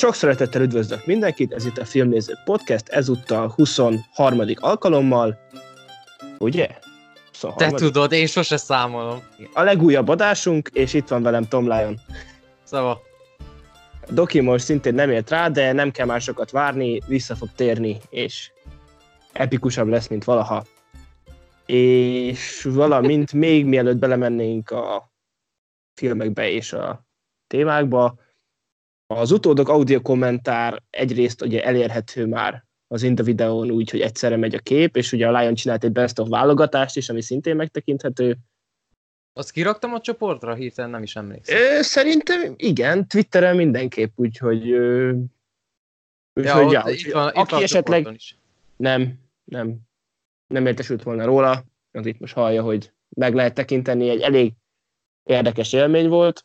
Sok szeretettel üdvözlök mindenkit, ez itt a Filmnéző Podcast, ezúttal 23. alkalommal, ugye? Te tudod, én sose számolom. A legújabb adásunk, és itt van velem Tom Lyon. Szóval. Doki most szintén nem ért rá, de nem kell már sokat várni, vissza fog térni, és epikusabb lesz, mint valaha. És valamint még mielőtt belemennénk a filmekbe és a témákba, az utódok audio kommentár egyrészt ugye elérhető már az Inda videón úgy, hogy egyszerre megy a kép, és ugye a Lion csinált egy best of válogatást is, ami szintén megtekinthető. Azt kiraktam a csoportra? Hirtelen nem is emlékszem. Szerintem igen, Twitteren mindenképp, úgyhogy itt van aki esetleg is. Nem értesült volna róla, az itt most hallja, hogy meg lehet tekinteni, egy elég érdekes élmény volt.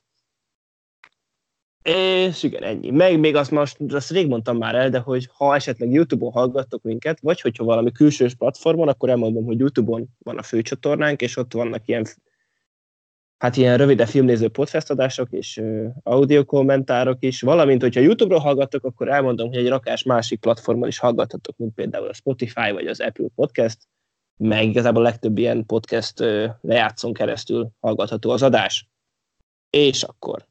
És igen, ennyi. Meg még azt rég mondtam már el, de hogy ha esetleg YouTube-on hallgattok minket, vagy hogyha valami külsős platformon, akkor elmondom, hogy YouTube-on van a főcsatornánk, és ott vannak ilyen rövide filmnéző podcast adások és audio kommentárok is, valamint, hogyha YouTube-ról hallgattok, akkor elmondom, hogy egy rakás másik platformon is hallgathatok, mint például a Spotify vagy az Apple Podcast, meg igazából a legtöbb ilyen podcast lejátszón keresztül hallgatható az adás. És akkor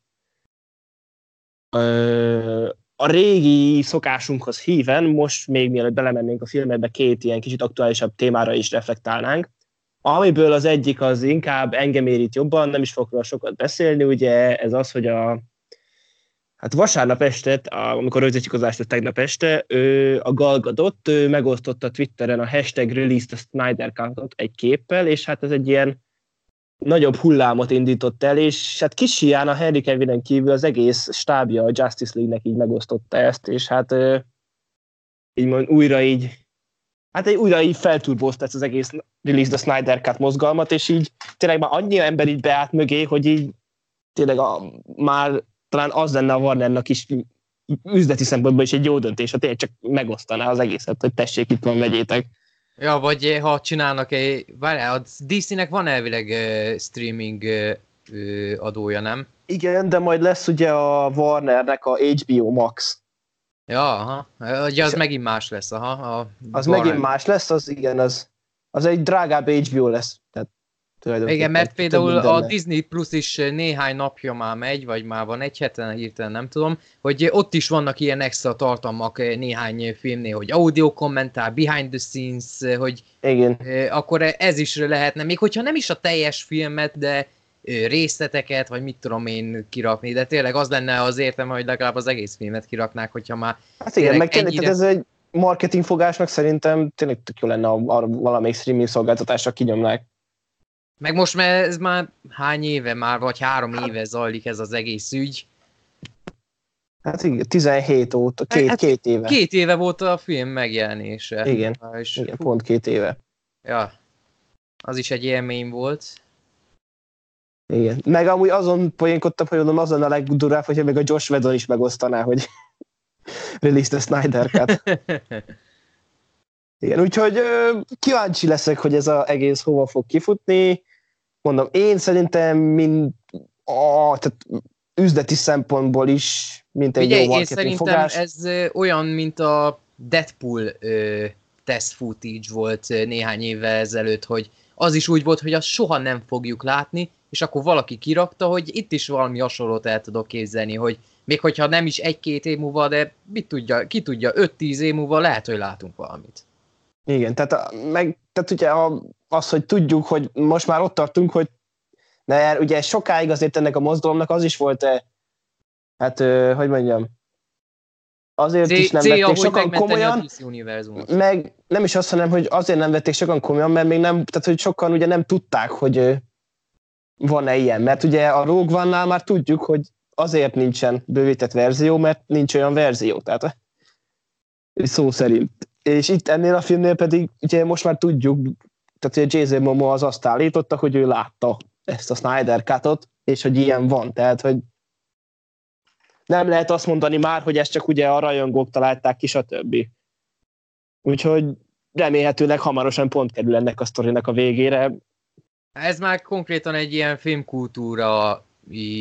a régi szokásunkhoz híven, most még mielőtt belemennénk a filmekbe, két ilyen kicsit aktuálisabb témára is reflektálnánk, amiből az egyik az inkább engem érint jobban, nem is fogok sokat beszélni, ugye ez az, hogy vasárnap este, amikor rögzítjük az adást tegnap este, a Gal Gadot megosztotta Twitteren a hashtag Release the Snyder Cut-ot egy képpel, és hát ez egy ilyen nagyobb hullámot indított el, és hát kis hián a Henry Cavillen kívül az egész stábja a Justice League-nek így megosztotta ezt, és hát így mondjuk újra így felturbozta ezt az egész Release the Snyder Cut mozgalmat, és így tényleg már annyi ember így beállt mögé, hogy így tényleg már talán az lenne a Warnernak is üzleti szempontból is egy jó döntés, ha tényleg csak megosztaná az egészet, hogy tessék, itt van, vegyétek. Ja, vagy ha csinálnak a DC-nek van elvileg streaming adója, nem? Igen, de majd lesz ugye a Warnernek a HBO Max. Ja, aha. Ugye az megint más lesz, aha. Az megint más lesz, az egy drágább HBO lesz. Tehát igen, mert például a Disney Plus is néhány napja már megy, vagy már van egy heten, hirtelen nem tudom, hogy ott is vannak ilyen extra tartalmak néhány filmnél, hogy audio kommentár, behind the scenes, hogy igen. Akkor ez is lehetne, még hogyha nem is a teljes filmet, de részleteket, vagy mit tudom én kirakni, de tényleg az lenne az értelme, hogy legalább az egész filmet kiraknák, hogyha már... Hát igen, meg ennyire... tehát ez egy marketingfogásnak szerintem tényleg tök jó lenne, ha valamelyik streaming szolgáltatásra kinyomnák. Meg most ez már hány éve már, vagy 3 éve zajlik ez az egész ügy. Hát igen, 17 óta, két éve. 2 éve volt a film megjelenése. Igen, igen, pont 2 éve. Ja, az is egy élmény volt. Igen, meg amúgy azon poénkodtam, hogy mondom, az lenne a legdurább, hogyha még a Joss Whedon is megosztaná, hogy Release the Snyder Cut. Igen, úgyhogy kíváncsi leszek, hogy ez az egész hova fog kifutni. Mondom, én szerintem tehát üzleti szempontból is, mint egy jó marketing fogás. Én szerintem ez olyan, mint a Deadpool test footage volt néhány évvel ezelőtt, hogy az is úgy volt, hogy azt soha nem fogjuk látni, és akkor valaki kirakta, hogy itt is valami hasonlót el tudok képzelni, hogy még hogyha nem is 1-2 év múlva, de ki tudja, 5-10 év múlva lehet, hogy látunk valamit. Igen, tehát ugye az, hogy tudjuk, hogy most már ott tartunk, hogy ugye sokáig azért ennek a mozdulomnak az is volt, hogy mondjam, azért is nem vették sokan komolyan, meg nem is azt, hanem, hogy azért nem vették sokan komolyan, mert még nem, tehát hogy sokan ugye nem tudták, hogy van-e ilyen, mert ugye a Rogue One-nál már tudjuk, hogy azért nincsen bővített verzió, mert nincs olyan verzió, tehát szó szerint. És itt ennél a filmnél pedig ugye most már tudjuk, tehát ugye Jason Momoa az azt állította, hogy ő látta ezt a Snyder Cut-ot, és hogy ilyen van, tehát hogy nem lehet azt mondani már, hogy ezt csak ugye a rajongók találták ki, stb. Úgyhogy remélhetőleg hamarosan pont kerül ennek a sztorinak a végére. Ez már konkrétan egy ilyen filmkultúra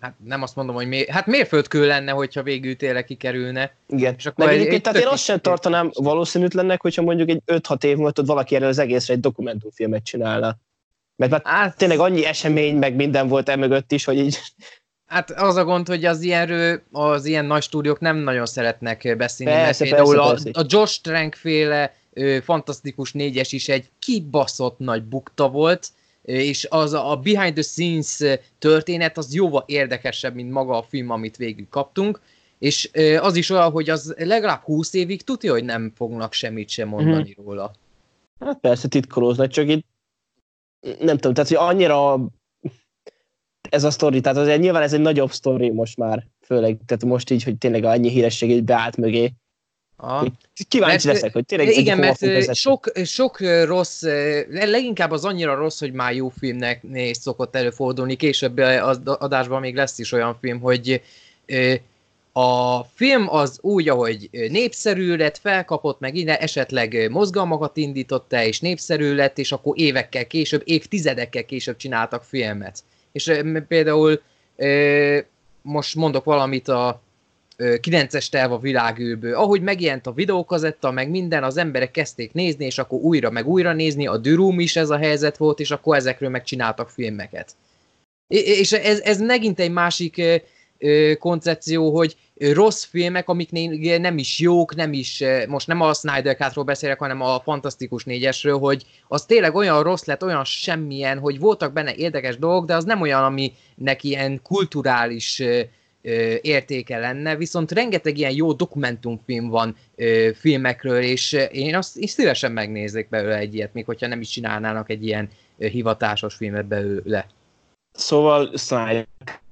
hát nem azt mondom, hogy hát mérföldkő lenne, hogyha végül tényleg kikerülne. Igen. És akkor meg egyébként tehát én azt sem tartanám valószínűtlennek, hogyha mondjuk egy 5-6 év múlva valaki erről az egészre egy dokumentumfilmet csinálna. Mert hát tényleg annyi esemény, meg minden volt emögött is, hogy így... Hát az a gond, hogy az ilyen nagy stúdiók nem nagyon szeretnek beszélni, persze, mert például persze. A Josh Trank féle Fantasztikus 4-es is egy kibaszott nagy bukta volt, és az a behind the scenes történet az jóval érdekesebb, mint maga a film, amit végül kaptunk, és az is olyan, hogy az legalább 20 évig tudja, hogy nem fognak semmit sem mondani róla. Hát persze titkolóznak, csak itt nem tudom, tehát hogy annyira ez a sztori, tehát azért nyilván ez egy nagyobb sztori most már, főleg, tehát most így, hogy tényleg annyi híresség így beállt mögé. Kíváncsi leszek, hogy tényleg... Igen, mert sok rossz, leginkább az annyira rossz, hogy már jó filmnek szokott előfordulni, később az adásban még lesz is olyan film, hogy a film az úgy, ahogy népszerű lett, felkapott meg innen, esetleg mozgalmakat indított el, és népszerű lett, és akkor évekkel később, évtizedekkel később csináltak filmet. És például most mondok valamit a 9-es terv a világűrből. Ahogy megjelent a videókazetta, meg minden, az emberek kezdték nézni, és akkor újra meg újra nézni, a The Room is ez a helyzet volt, és akkor ezekről megcsináltak filmeket. És ez megint egy másik koncepció, hogy rossz filmek, amik nem is jók, nem is, most nem a Snyder Cut-ról beszélek, hanem a Fantasztikus 4-esről, hogy az tényleg olyan rossz lett, olyan semmilyen, hogy voltak benne érdekes dolgok, de az nem olyan, aminek ilyen kulturális értéke lenne, viszont rengeteg ilyen jó dokumentumfilm van filmekről, és én azt szívesen megnéznék belőle egy ilyet, még hogyha nem is csinálnának egy ilyen hivatásos filmet belőle. Szóval Snyder.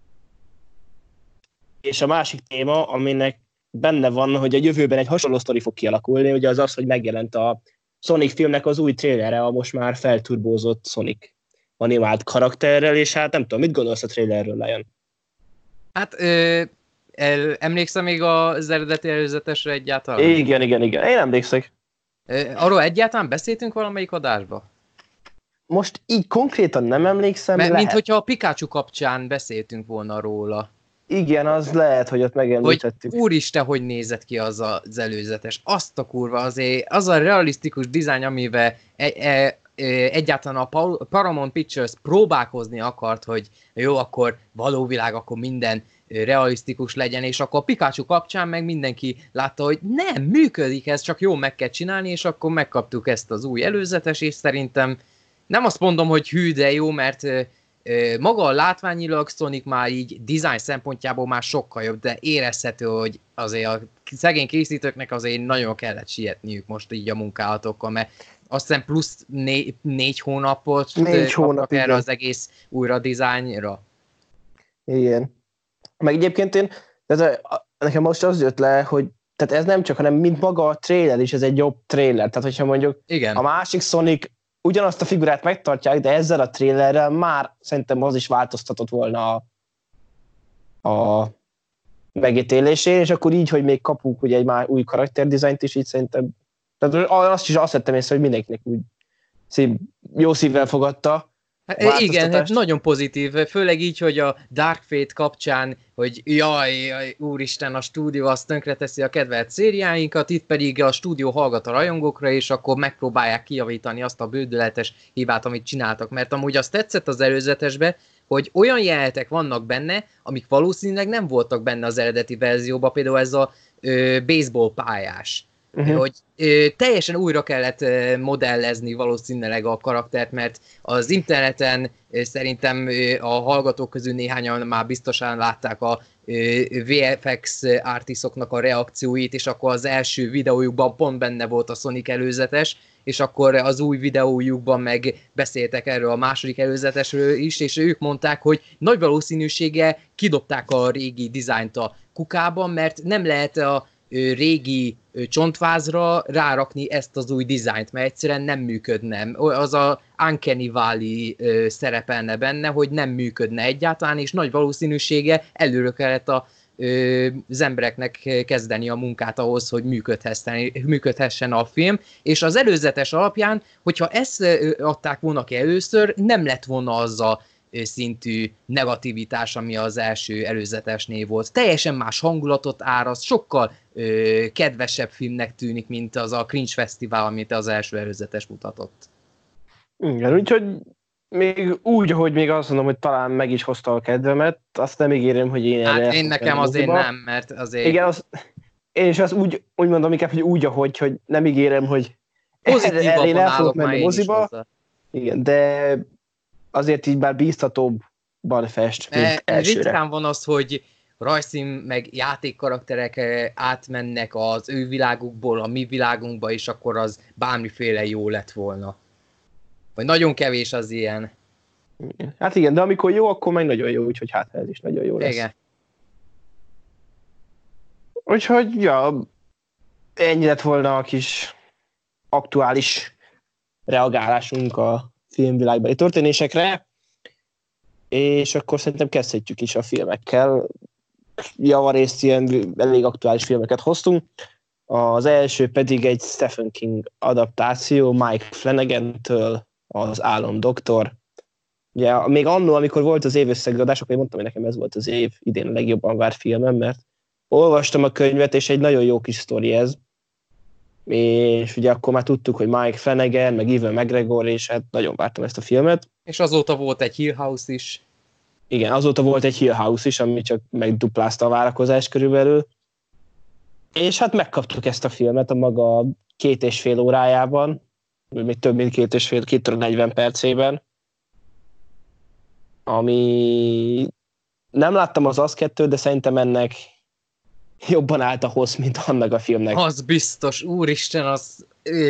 És a másik téma, aminek benne van, hogy a jövőben egy hasonló sztori fog kialakulni, ugye az az, hogy megjelent a Sonic filmnek az új trailere, a most már felturbózott Sonic animált karakterrel, és hát nem tudom, mit gondolsz a trailerről, Lion? Hát emlékszem még az eredeti előzetesre egyáltalán? Igen, én emlékszek. Arról egyáltalán beszéltünk valamelyik adásba? Most így konkrétan nem emlékszem, lehet. Mint hogyha a Pikachu kapcsán beszéltünk volna róla. Igen, az lehet, hogy ott megemlítettük. Hogy úristen, hogy nézett ki az előzetes. Azt a kurva, azért az a realisztikus dizájn, amivel egyáltalán a Paramount Pictures próbálkozni akart, hogy jó, akkor való világ, akkor minden realisztikus legyen, és akkor a Pikachu kapcsán meg mindenki látta, hogy nem, működik ez, csak jól meg kell csinálni, és akkor megkaptuk ezt az új előzetes, és szerintem nem azt mondom, hogy hű, de jó, mert maga a látványilag Sonic már így design szempontjából már sokkal jobb, de érezhető, hogy azért a szegény készítőknek azért nagyon kellett sietniük most így a munkálatokkal, mert azt hiszem plusz 4 hónapot kaptak erre az egész újra dizájnra. Igen. Meg egyébként nekem most az jött le, hogy tehát ez nem csak, hanem mint maga a trailer is, ez egy jobb trailer. Tehát hogyha mondjuk a másik Sonic ugyanazt a figurát megtartják, de ezzel a trailerrel már szerintem az is változtatott volna a megítélésén, és akkor így, hogy még kapunk ugye egy már új karakterdizájnt is, így szerintem, tehát azt vettem észre, hogy mindenkinek úgy jó szívvel fogadta. Igen, hát nagyon pozitív, főleg így, hogy a Dark Fate kapcsán, hogy jaj, úristen, a stúdió azt tönkreteszi a kedvelt szériáinkat, itt pedig a stúdió hallgat a rajongókra, és akkor megpróbálják kijavítani azt a bődületes hibát, amit csináltak, mert amúgy azt tetszett az előzetesbe, hogy olyan jelenetek vannak benne, amik valószínűleg nem voltak benne az eredeti verzióban, például ez a baseball pályás. Hogy teljesen újra kellett modellezni valószínűleg a karaktert, mert az interneten szerintem a hallgatók közül néhányan már biztosan látták a VFX artistoknak a reakcióit, és akkor az első videójukban pont benne volt a Sonic előzetes, és akkor az új videójukban meg beszéltek erről a második előzetesről is, és ők mondták, hogy nagy valószínűséggel kidobták a régi dizájnt a kukában, mert nem lehet a régi csontvázra rárakni ezt az új dizájnt, mert egyszerűen nem működne. Az a Uncanny Valley szerepelne benne, hogy nem működne egyáltalán, és nagy valószínűsége előre kellett az embereknek kezdeni a munkát ahhoz, hogy működhessen a film, és az előzetes alapján, hogyha ezt adták volna ki először, nem lett volna az a szintű negativitás, ami az első előzetesnél volt. Teljesen más hangulatot áraszt, sokkal kedvesebb filmnek tűnik, mint az a Cringe Fesztivál, amit az első előzetes mutatott. Igen, úgyhogy még úgy, hogy még azt mondom, hogy talán meg is hozta a kedvemet, azt nem ígérem, hogy én Hát én nekem azért nem, mert azért... Igen, én is azt úgy mondom inkább, hogy úgy, hogy nem ígérem, hogy pozitívabban állok már én is hozzá. Igen, de azért így már bíztatóbban fest, mint elsőre. Ritkán van az, hogy rajzszín meg játékkarakterek átmennek az ő világukból a mi világunkba, és akkor az bármiféle jó lett volna. Vagy nagyon kevés az ilyen. Hát igen, de amikor jó, akkor meg nagyon jó, úgyhogy hát ez is nagyon jó lesz. Igen. Úgyhogy, ja, ennyi lett volna a kis aktuális reagálásunk a filmvilágbeli történésekre, és akkor szerintem kezdhetjük is a filmekkel. Javarészt ilyen elég aktuális filmeket hoztunk. Az első pedig egy Stephen King adaptáció Mike Flanagan-től, az Álomdoktor. Ugye még annól, amikor volt az évösszegzadás, akkor én mondtam, hogy nekem ez volt az év idén a legjobban várt filmem, mert olvastam a könyvet, és egy nagyon jó kis sztori ez. És ugye akkor már tudtuk, hogy Mike Flanagan, meg Ewan McGregor, és hát nagyon vártam ezt a filmet. És azóta volt egy Hill House is. Igen, azóta volt egy Hill House is, ami csak megduplázta a várakozást körülbelül. És hát megkaptuk ezt a filmet a maga 2,5 órájában, vagy még több mint 2 óra 40 percében. Ami nem láttam az Az 2, de szerintem ennek jobban állt a hossz, mint annak a filmnek. Az biztos, úristen, az...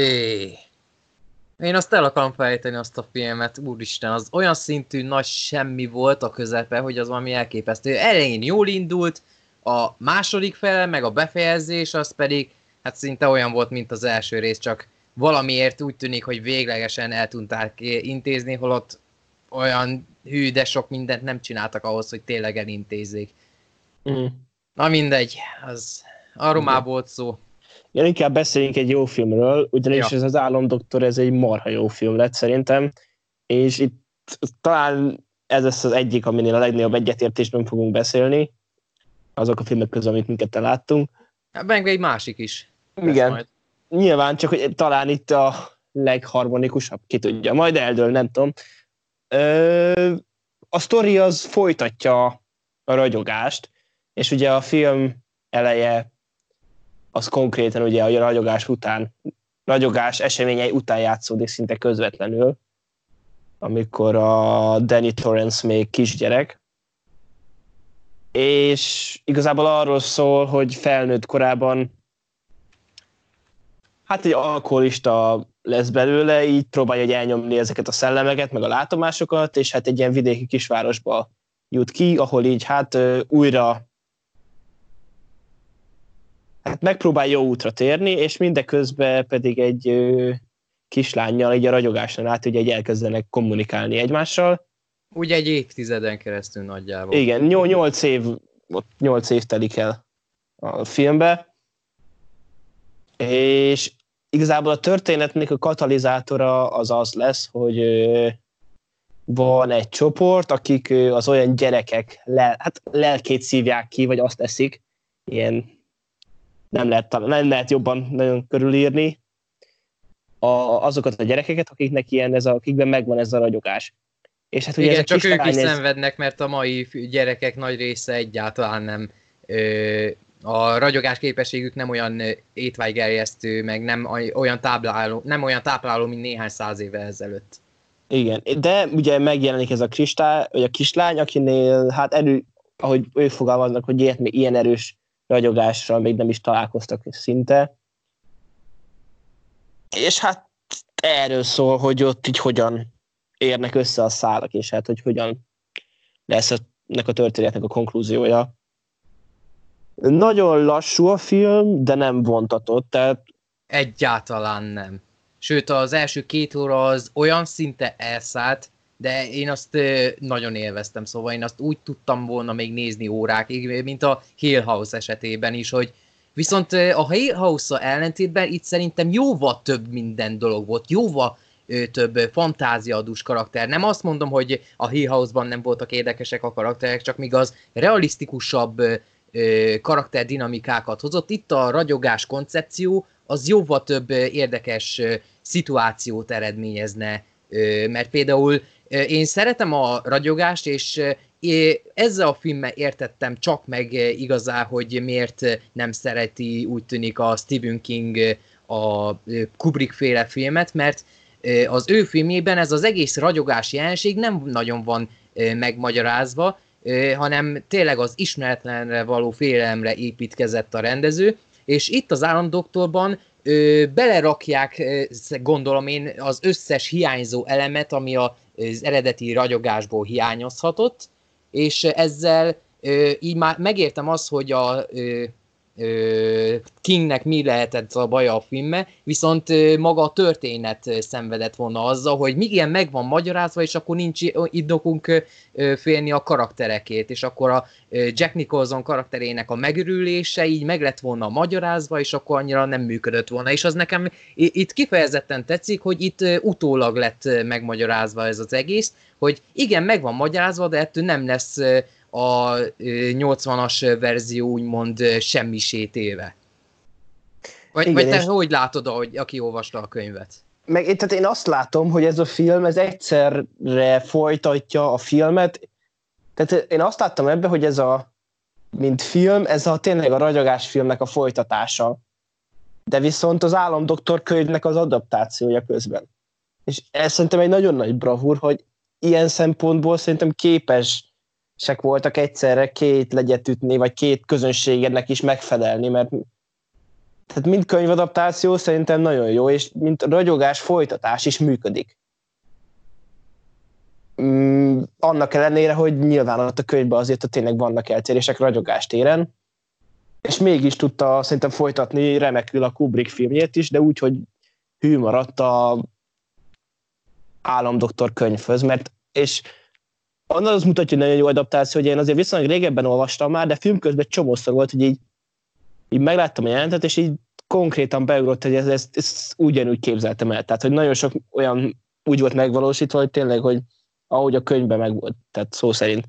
Én azt el akarom fejteni, azt a filmet, úristen, az olyan szintű nagy semmi volt a közepe, hogy az valami elképesztő. Elején jól indult, a második fele, meg a befejezés, az pedig hát szinte olyan volt, mint az első rész, csak valamiért úgy tűnik, hogy véglegesen el tudták intézni, holott olyan hű, de sok mindent nem csináltak ahhoz, hogy tényleg elintézzék. Na mindegy, az arról már volt szó. Ja, inkább beszéljünk egy jó filmről, ugyanis ez az Álomdoktor, ez egy marha jó film lett szerintem, és itt talán ez lesz az egyik, aminél a legnagyobb egyetértésben fogunk beszélni, azok a filmek közül, amit minket láttunk. Meg egy másik is. Igen, majd. Nyilván, csak hogy talán itt a legharmonikusabb, ki tudja, majd eldől, nem tudom. A sztori az folytatja a ragyogást, és ugye a film eleje az konkrétan ugye a ragyogás eseményei után játszódik szinte közvetlenül, amikor a Danny Torrance még kisgyerek, és igazából arról szól, hogy felnőtt korában hát egy alkoholista lesz belőle, így próbálja, hogy elnyomni ezeket a szellemeket, meg a látomásokat, és hát egy ilyen vidéki kisvárosba jut ki, ahol így hát újra megpróbál jó útra térni, és mindeközben pedig egy kislánnyal így a ragyogásnál át ugye elkezdenek kommunikálni egymással. Ugye egy évtizeden keresztül nagyjából. Igen, 8 év telik el a filmbe, és igazából a történetnek a katalizátora az lesz, hogy van egy csoport, akik az olyan gyerekek lelkét szívják ki, vagy azt eszik, ilyen nem lehet jobban nagyon körülírni azokat a gyerekeket, akiknek akikben megvan ez a ragyogás. És hát ugye igen, csak ők is szenvednek, mert a mai gyerekek nagy része egyáltalán nem a ragyogás képességük nem olyan étvágygerjesztő, meg nem olyan tápláló, mint néhány 100 évvel ezelőtt. Igen, de ugye megjelenik ez a kislány, akinél hát ahogy ők fogalmaznak, hogy ilyen erős ragyogásra még nem is találkoztak szinte. És hát erről szól, hogy ott így hogyan érnek össze a szálak, és hát hogy hogyan lesz ennek a történetnek a konklúziója. Nagyon lassú a film, de nem vontatott, tehát... Egyáltalán nem. Sőt, az első 2 óra az olyan szinte elszállt, de én azt nagyon élveztem, szóval én azt úgy tudtam volna még nézni órákig, mint a Hill House esetében is, hogy viszont a Hill House-a ellentétben itt szerintem jóval több minden dolog volt, jóval több fantáziadús karakter. Nem azt mondom, hogy a Hill House-ban nem voltak érdekesek a karakterek, csak míg az realisztikusabb karakterdinamikákat hozott. Itt a ragyogás koncepció az jóval több érdekes szituációt eredményezne, mert például én szeretem a ragyogást, és ezzel a filmmel értettem csak meg igazán, hogy miért nem szereti, úgy tűnik, a Stephen King a Kubrick-féle filmet, mert az ő filmjében ez az egész ragyogás jelenség nem nagyon van megmagyarázva, hanem tényleg az ismeretlenre való félelemre építkezett a rendező, és itt az Államdoktorban belerakják, gondolom én, az összes hiányzó elemet, ami az eredeti ragyogásból hiányozhatott, és ezzel így már megértem azt, hogy a Kingnek mi lehetett a baja a filmmel, viszont maga a történet szenvedett volna azzal, hogy igen, meg van magyarázva, és akkor nincs indokunk félni a karakterekét, és akkor a Jack Nicholson karakterének a megörülése így meg lett volna magyarázva, és akkor annyira nem működött volna. És az nekem itt kifejezetten tetszik, hogy itt utólag lett megmagyarázva ez az egész, hogy igen, meg van magyarázva, de ettől nem lesz a 80-as verzió úgymond semmisét éve. Vagy te hogy látod, aki olvasta a könyvet? Tehát én azt látom, hogy ez a film egyszerre folytatja a filmet. Tehát én azt láttam ebben, hogy ez mint film, ez tényleg a ragyogás filmnek a folytatása. De viszont az Államdoktor könyvnek az adaptációja közben. És ez szerintem egy nagyon nagy bravúr, hogy ilyen szempontból szerintem képesek voltak egyszerre két legyet ütni, vagy két közönségednek is megfelelni, mert tehát mind könyvadaptáció szerintem nagyon jó, és mint ragyogás folytatás is működik. Annak ellenére, hogy nyilván ott a könyvben azért tényleg vannak eltérések ragyogás téren, és mégis tudta szerintem folytatni remekül a Kubrick filmjét is, de úgy, hogy hű maradt a Államdoktor könyvhöz, és annál az mutatja, hogy nagyon jó adaptáció, hogy én azért viszonylag régebben olvastam már, de film közben csomószor volt, hogy így megláttam a jelentet, és így konkrétan beugrott, hogy ezt ugyanúgy képzeltem el. Tehát, hogy nagyon sok olyan úgy volt megvalósítva, hogy tényleg, hogy ahogy a könyvben meg volt, tehát szó szerint.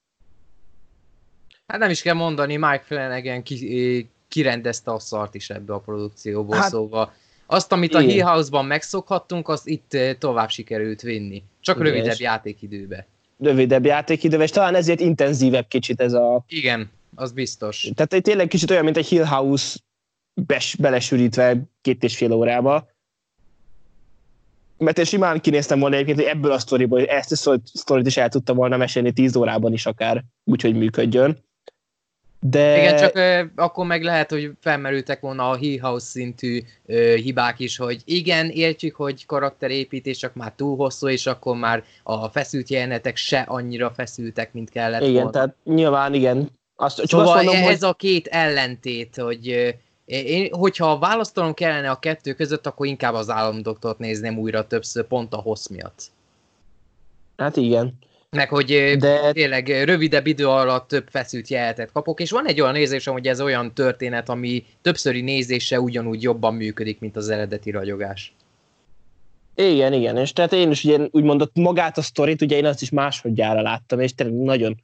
Hát nem is kell mondani, Mike Flanagan kirendezte a szart is ebbe a produkcióból, szóval azt, amit a Hill House-ban megszokhattunk, azt itt tovább sikerült vinni. Csak rövidebb játékidőbe. Rövidebb játékidőbe, és talán ezért intenzívebb kicsit ez a... Igen, az biztos. Tehát tényleg kicsit olyan, mint egy Hill House belesűrítve 2,5 órába. Mert én simán kinéztem volna egyébként, hogy ebből a sztoriból, hogy ezt a sztorit is el tudtam volna mesélni 10 órában is akár, úgyhogy működjön. De... Igen, csak akkor meg lehet, hogy felmerültek volna a Hill House szintű hibák is, hogy igen, értjük, hogy karakterépítés csak már túl hosszú, és akkor már a feszült jelenetek se annyira feszültek, mint kellett volna. Igen, tehát nyilván igen. Szóval azt mondom, ez a két ellentét, hogy hogyha választanom kellene a kettő között, akkor inkább az Államdoktort nézném újra többször, pont a hossz miatt. Hát igen. Meg hogy tényleg rövidebb idő alatt több feszült jelenetet kapok, és van egy olyan érzésem, hogy ez olyan történet, ami többszöri nézése ugyanúgy jobban működik, mint az eredeti ragyogás. Igen, és tehát én is ugye úgy mondott magát a sztorit, ugye én azt is másodjára láttam, és tényleg nagyon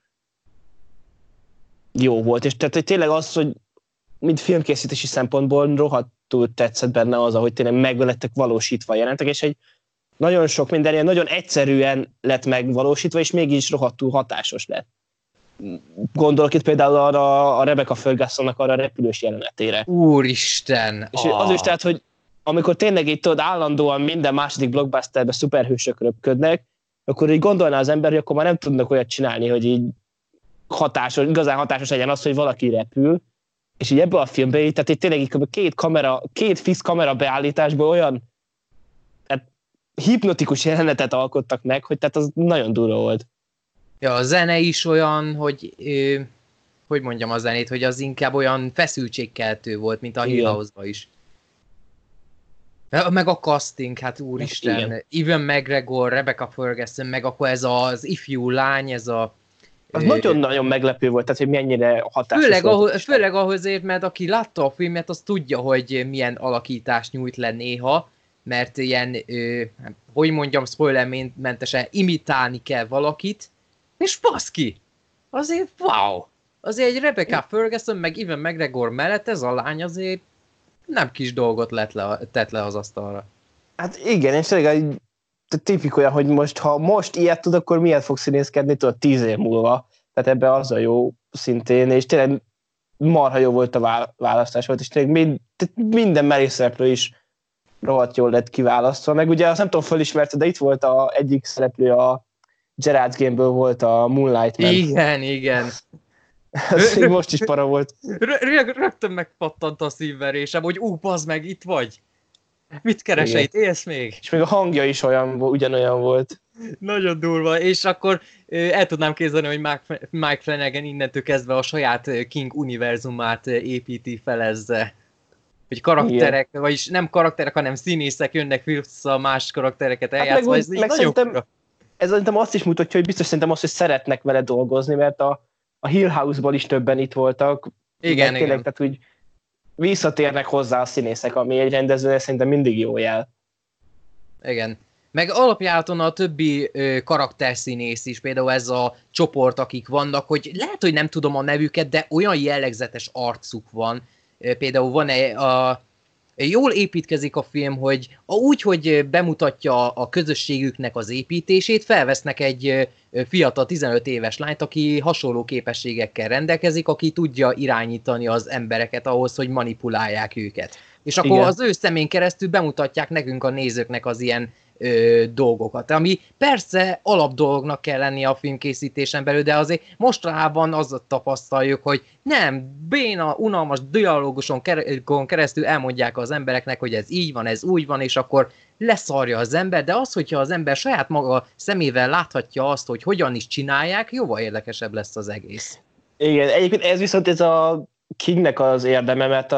jó volt, és tehát tényleg az, hogy mint filmkészítési szempontból rohadtul tetszett benne az, ahogy tényleg meglettek valósítva a jelentek, és egy nagyon sok minden ilyen nagyon egyszerűen lett megvalósítva, és mégis rohadtul hatásos lett. Gondolok itt például arra a Rebecca Fergusonnak arra a repülős jelenetére. Úristen! És az is tehát, hogy amikor tényleg itt tudod, állandóan minden második blockbusterben szuperhősök röpködnek, akkor így gondolná az ember, hogy akkor már nem tudnak olyat csinálni, hogy így igazán hatásos legyen az, hogy valaki repül, és így ebből a filmben, tehát itt tényleg így két fix kamera beállításból olyan hipnotikus jelenetet alkottak meg, hogy tehát az nagyon durva volt. Ja, a zene is olyan, hogy mondjam a zenét, hogy az inkább olyan feszültségkeltő volt, mint a Hill House-ban is. Meg a casting, hát úristen, Ewan McGregor, Rebecca Ferguson, meg akkor ez az ifjú lány, ez a... Az nagyon-nagyon meglepő volt, tehát hogy mennyire hatásos volt. Főleg ahhozért, mert aki látta a filmet, az tudja, hogy milyen alakítást nyújt le néha, mert ilyen, hogy mondjam, spoilermentesen imitálni kell valakit, és baszki! Azért wow! Azért egy Rebecca Ferguson, meg Ewan McGregor mellett ez a lány azért nem kis dolgot tett le az asztalra. Hát igen, és tényleg tipik olyan, hogy most, ha most ilyet tud, akkor miért fog színészkedni, tudod, 10 év múlva. Tehát ebben az a jó szintén, és tényleg marha jó volt a választás volt, és tényleg minden merészereplő is rohadt jól lett kiválasztva. Meg ugye azt nem tudom, fölismerte, de itt volt egyik szereplő, a Gerard's Game-ből volt a Moonlight Man. Igen. Ez még most is para volt. Rögtön megpattant a szívverésem, hogy bazd meg, itt vagy. Mit keresel itt? Élsz még? És még a hangja is ugyanolyan volt. Nagyon durva, és akkor el tudnám képzelni, hogy Mike Flanagan innentől kezdve a saját King univerzumát építi fel ezzel. Hogy karakterek, igen. Vagyis nem karakterek, hanem színészek jönnek vissza más karaktereket eljátszva. Hát meg szerintem, ez szerintem azt is mutatja, hogy biztos szerintem azt, hogy szeretnek vele dolgozni, mert a Hill House-ból is többen itt voltak. Igen. Tehát úgy visszatérnek hozzá a színészek, ami egy rendezőnél szerintem mindig jó jel. Igen. Meg alapjáton a többi karakterszínész is, például ez a csoport, akik vannak, hogy lehet, hogy nem tudom a nevüket, de olyan jellegzetes arcuk van. Például van jól építkezik a film, hogy úgy, hogy bemutatja a közösségüknek az építését, felvesznek egy fiatal 15 éves lányt, aki hasonló képességekkel rendelkezik, aki tudja irányítani az embereket ahhoz, hogy manipulálják őket. És akkor igen. Az ő szemén keresztül bemutatják nekünk a nézőknek az ilyen dolgokat, ami persze alapdolognak kell lennie a filmkészítésen belül, de azért mostanában azt tapasztaljuk, hogy nem, béna, unalmas dialóguson keresztül elmondják az embereknek, hogy ez így van, ez úgy van, és akkor leszarja az ember, de az, hogyha az ember saját maga szemével láthatja azt, hogy hogyan is csinálják, jóval érdekesebb lesz az egész. Igen, egyébként ez viszont ez a Kingnek az érdeme, mert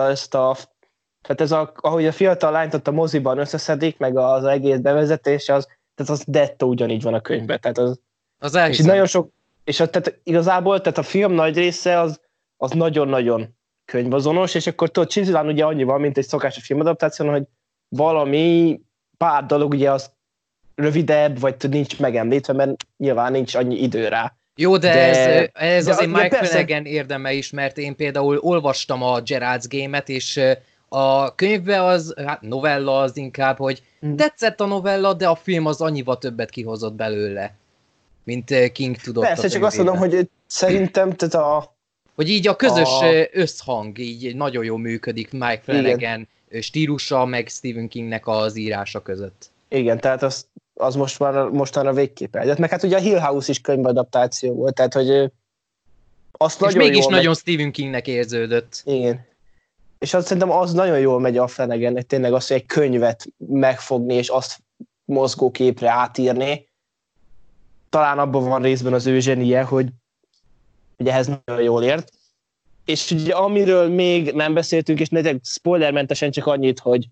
tehát ahogy a fiatal lányt ott a moziban összeszedik, meg az egész bevezetés, tehát az dettó ugyanígy van a könyvben. Tehát az elhiszem. És nagyon sok, és tehát igazából tehát a film nagy része az nagyon-nagyon könyvazonos, és akkor tudod, csinálni ugye annyi van, mint egy szokásos filmadaptáció, hogy valami pár dolog ugye az rövidebb, vagy nincs megemlítve, mert nyilván nincs annyi idő rá. Jó, de ez azért Mike Flanagan érdeme is, mert én például olvastam a Gerard's Game-et, és a könyvben az, hát novella az inkább, hogy tetszett a novella, de a film az annyival többet kihozott belőle, mint King tudott. Persze, csak azt mondom, hogy szerintem hogy így a közös összhang így nagyon jól működik Mike Flanagan stílusa, meg Stephen Kingnek az írása között. Igen, tehát az mostanra végképp eljött. Meg hát ugye a Hill House is könyvadaptáció volt, tehát hogy azt és mégis nagyon Stephen Kingnek érződött. Igen. És azt szerintem az nagyon jól megy a Flanagannek, tényleg az, hogy egy könyvet megfogni, és azt mozgóképre átírni. Talán abban van részben az ő zsenie, hogy ehhez nagyon jól ért. És ugye amiről még nem beszéltünk, és spoilermentesen csak annyit, hogy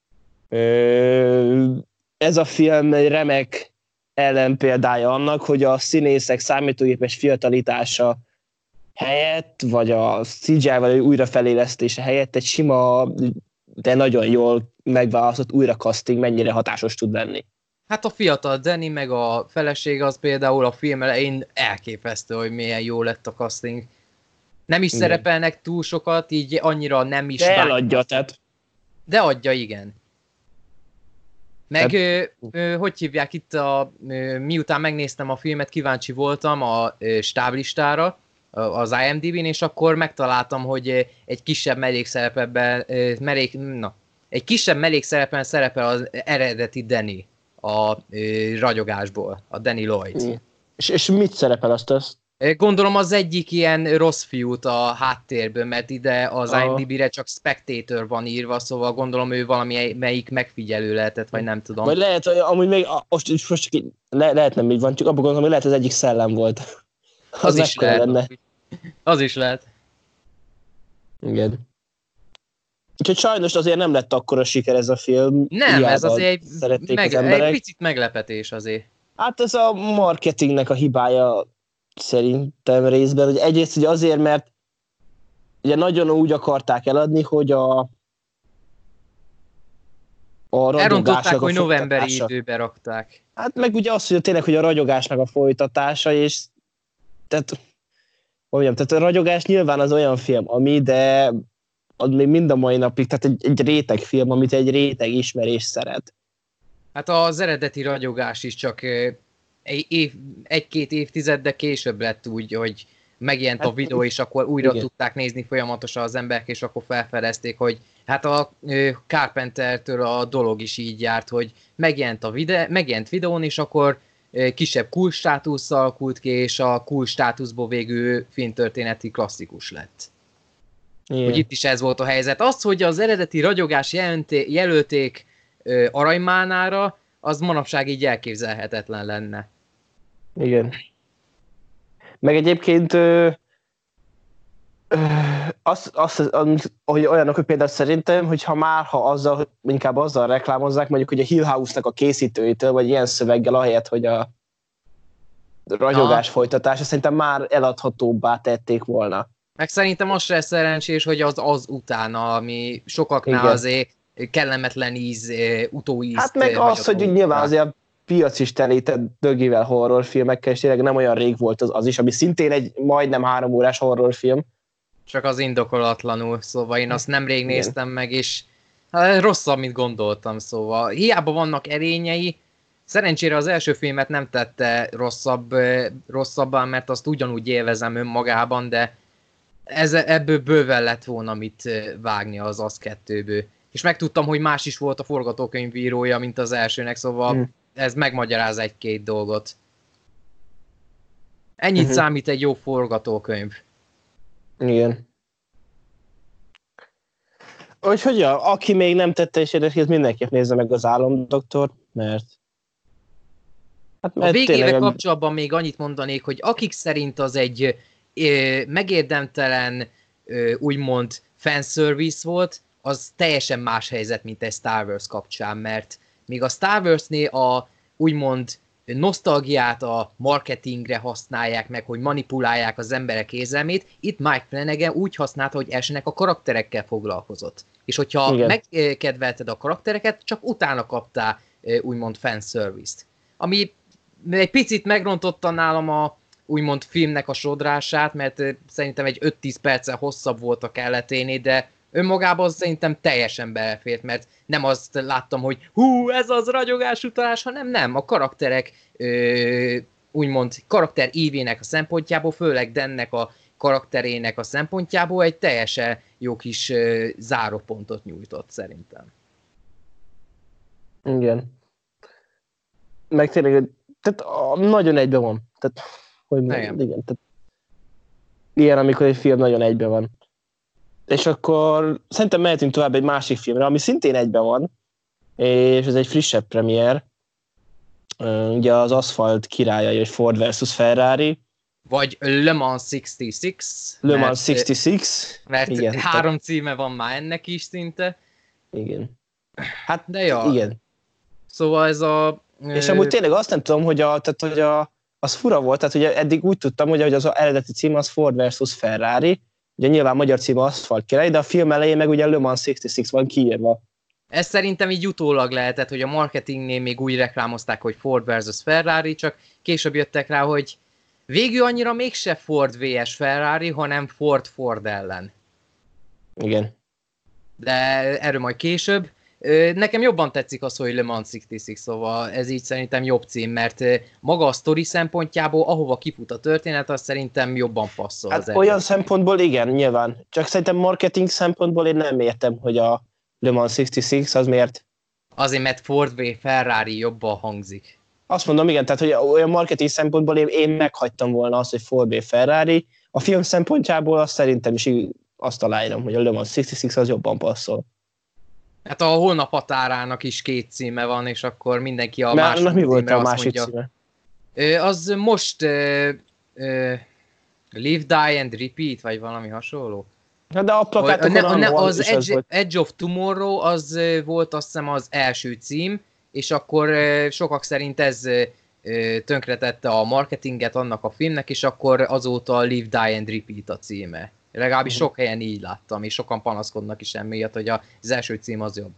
ez a film egy remek ellenpéldája annak, hogy a színészek számítógépes fiatalítása helyett, vagy a CGI-val újrafelélesztése helyett egy sima, de nagyon jól megválasztott újrakaszting mennyire hatásos tud lenni. Hát a fiatal Danny meg a feleség az például a film elején elképesztő, hogy milyen jó lett a casting. Nem is szerepelnek túl sokat, így annyira nem is... De eladja, tehát. De adja, igen. Meg, hogy hívják itt miután megnéztem a filmet, kíváncsi voltam a stáblistára, az IMDb-n, és akkor megtaláltam, hogy egy kisebb mellékszerepben szerepel az eredeti Danny a ragyogásból, a Danny Lloyd. És mit szerepel azt? Gondolom az egyik ilyen rossz fiút a háttérből, mert ide az IMDb-re csak Spectator van írva, szóval gondolom ő valamelyik megfigyelő lehetett, vagy nem tudom. Vagy lehet, hogy amúgy még most lehet nem így van, csak abban gondolom, hogy lehet az egyik szellem volt. Az is lehet. Lenne. Az is lehet. Igen. Úgyhogy sajnos azért nem lett akkora siker ez a film. Nem, ez azért egy picit meglepetés azért. Hát ez a marketingnek a hibája szerintem részben. Hogy egyrészt ugye azért, mert ugye nagyon úgy akarták eladni, hogy a Elrontották, ragyogásnak a hogy novemberi folytatása. időbe rakták. Hát meg ugye az, hogy tényleg, hogy a ragyogásnak a folytatása, és tehát, hogy mondjam, tehát a ragyogás nyilván az olyan film, ami, de az még mind a mai napig, tehát egy réteg film, amit egy réteg ismerés szeret. Hát az eredeti ragyogás is csak egy-két évtizeddel később lett úgy, hogy megjelent a videó, és akkor újra igen. tudták nézni folyamatosan az emberek, és akkor felfedezték, hogy hát a Carpentertől a dolog is így járt, hogy megjelent videón, és akkor kisebb cool státusz alakult ki, és a cool státuszból végül filmtörténeti klasszikus lett. Igen. Hogy itt is ez volt a helyzet. Az, hogy az eredeti ragyogás jelölték aranymánára, az manapság így elképzelhetetlen lenne. Igen. Meg egyébként hogy olyanok, hogy például szerintem, hogy inkább azzal reklámozzák, mondjuk, hogy a Hill House-nak a készítőitől, vagy ilyen szöveggel, ahelyett, hogy a ragyogás folytatása, szerintem már eladhatóbbá tették volna. Meg szerintem az se szerencsés, hogy az utána, ami sokaknál igen. azért kellemetlen utóízt. Hát meg az, hogy nyilván azért a piac is telített dögivel horrorfilmekkel, és tényleg nem olyan rég volt az is, ami szintén egy majdnem 3 órás horrorfilm. Csak az indokolatlanul, szóval én azt nemrég néztem meg, és hát, rosszabb, mint gondoltam, szóval hiába vannak erényei, szerencsére az első filmet nem tette rosszabban, mert azt ugyanúgy élvezem önmagában, de ebből bőven lett volna mit vágni az Az 2-ből. És megtudtam, hogy más is volt a forgatókönyvírója, mint az elsőnek, szóval ez megmagyaráz egy-két dolgot. Ennyit számít egy jó forgatókönyv. Igen. Úgyhogy aki még nem tette és érdekli, az mindenképp nézze meg az Álomdoktort, mert... A végével kapcsolatban még annyit mondanék, hogy akik szerint az egy megérdemtelen, úgymond fanservice volt, az teljesen más helyzet, mint egy Star Wars kapcsán, mert még a Star Wars-nél a úgymond nosztalgiát a marketingre használják meg, hogy manipulálják az emberek érzelmét, itt Mike Flanagan úgy használta, hogy elsőnek a karakterekkel foglalkozott. És hogyha megkedvelted a karaktereket, csak utána kaptál úgymond fanservice-t. Ami egy picit megrontotta nálam a úgymond filmnek a sodrását, mert szerintem egy 5-10 perccel hosszabb volt a kelleténél, de önmagában szerintem teljesen belefért, mert nem azt láttam, hogy ez az ragyogás utalás, hanem nem, a karakterek úgymond karakter évének a szempontjából, főleg Dennek a karakterének a szempontjából egy teljesen jó kis zárópontot nyújtott szerintem. Igen. Meg tényleg, tehát nagyon egyben van. Tehát, hogy igen, tehát ilyen, amikor egy film nagyon egyben van. És akkor szerintem mehetünk tovább egy másik filmre, ami szintén egyben van, és ez egy frissebb premier. Ugye az Aszfalt királyai, vagy Ford versus Ferrari. Vagy Le Mans 66. Le Mans 66. Mert igen, 3 címe van már ennek is szinte. Igen. Hát, de ja. Igen. Szóval ez a... És amúgy tényleg azt nem tudom, hogy az fura volt, tehát ugye eddig úgy tudtam, hogy az eredeti cím az Ford versus Ferrari, ugye nyilván magyar cím Aszfalt király, de a film elején meg ugye Le Mans 66 van kiírva. Ez szerintem így utólag lehetett, hogy a marketingnél még úgy reklámozták, hogy Ford versus Ferrari, csak később jöttek rá, hogy végül annyira mégse Ford vs Ferrari, hanem Ford ellen. Igen. De erről majd később. Nekem jobban tetszik az, hogy Le Mans 66, szóval ez így szerintem jobb cím, mert maga a sztori szempontjából, ahova kifut a történet, az szerintem jobban passzol. Hát olyan szempontból igen, nyilván. Csak szerintem marketing szempontból én nem értem, hogy a Le Mans 66 az miért. Azért, mert Ford v Ferrari jobban hangzik. Azt mondom, igen, tehát hogy olyan marketing szempontból én meghagytam volna azt, hogy Ford v Ferrari. A film szempontjából azt szerintem is azt aláírom, hogy a Le Mans 66 az jobban passzol. Hát a Holnap határának is 2 címe van, és akkor mindenki a második mi volt címre a másik mondja, címe? Az most Live, Die and Repeat, vagy valami hasonló. De a plakátokon az Edge of Tomorrow az volt azt hiszem az első cím, és akkor sokak szerint ez tönkretette a marketinget annak a filmnek, és akkor azóta Live, Die and Repeat a címe. Legalábbis sok helyen így láttam, és sokan panaszkodnak is emiatt, hogy az első cím az jobb.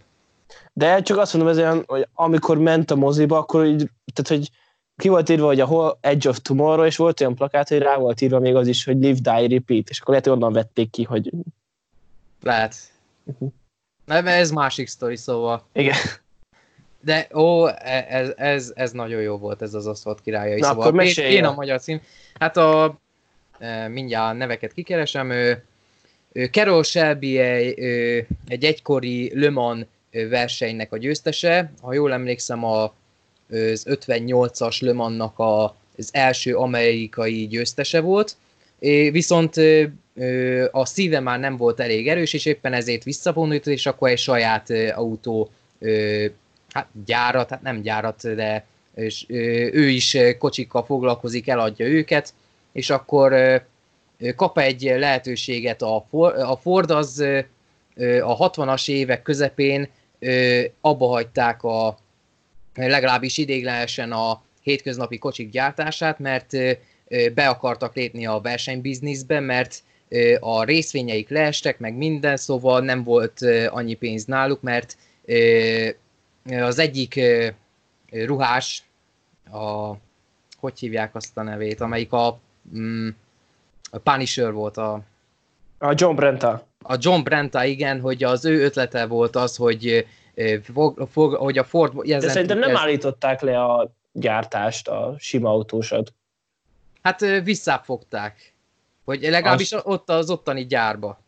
De csak azt mondom, ez olyan, hogy amikor ment a moziba, akkor így, tehát, hogy ki volt írva, hogy a Edge of Tomorrow, és volt olyan plakát, hogy rá volt írva még az is, hogy Live, Die, Repeat, és akkor lehet, hogy onnan vették ki, hogy... Lehet. Nem, ez másik sztori, szóval. Igen. De ez nagyon jó volt, ez az Aszfalt királyai. Na, szóval akkor mesélj. Én a magyar cím. Hát mindjárt neveket kikeresem. Carroll Shelby egy egykori Le Mans versenynek a győztese. Ha jól emlékszem, az 58-as Le Mansnak az első amerikai győztese volt. Viszont a szíve már nem volt elég erős, és éppen ezért visszavonult, és akkor egy saját autó gyárat, hát nem gyárat, de ő is kocsikkal foglalkozik, eladja őket, és akkor kap egy lehetőséget a Ford, az a 60-as évek közepén abba hagyták legalábbis ideiglenesen a hétköznapi kocsik gyártását, mert be akartak lépni a versenybizniszbe, mert a részvényeik leestek, meg minden, szóval nem volt annyi pénz náluk, mert az egyik ruhás, hogy hívják azt a nevét, amelyik a Punisher volt a John Brenta. A John Brenta, igen, hogy az ő ötlete volt az, hogy a Ford... De szerintem nem állították le a gyártást, a sima autósat. Hát visszafogták. Hogy legalábbis ott az ottani gyárba.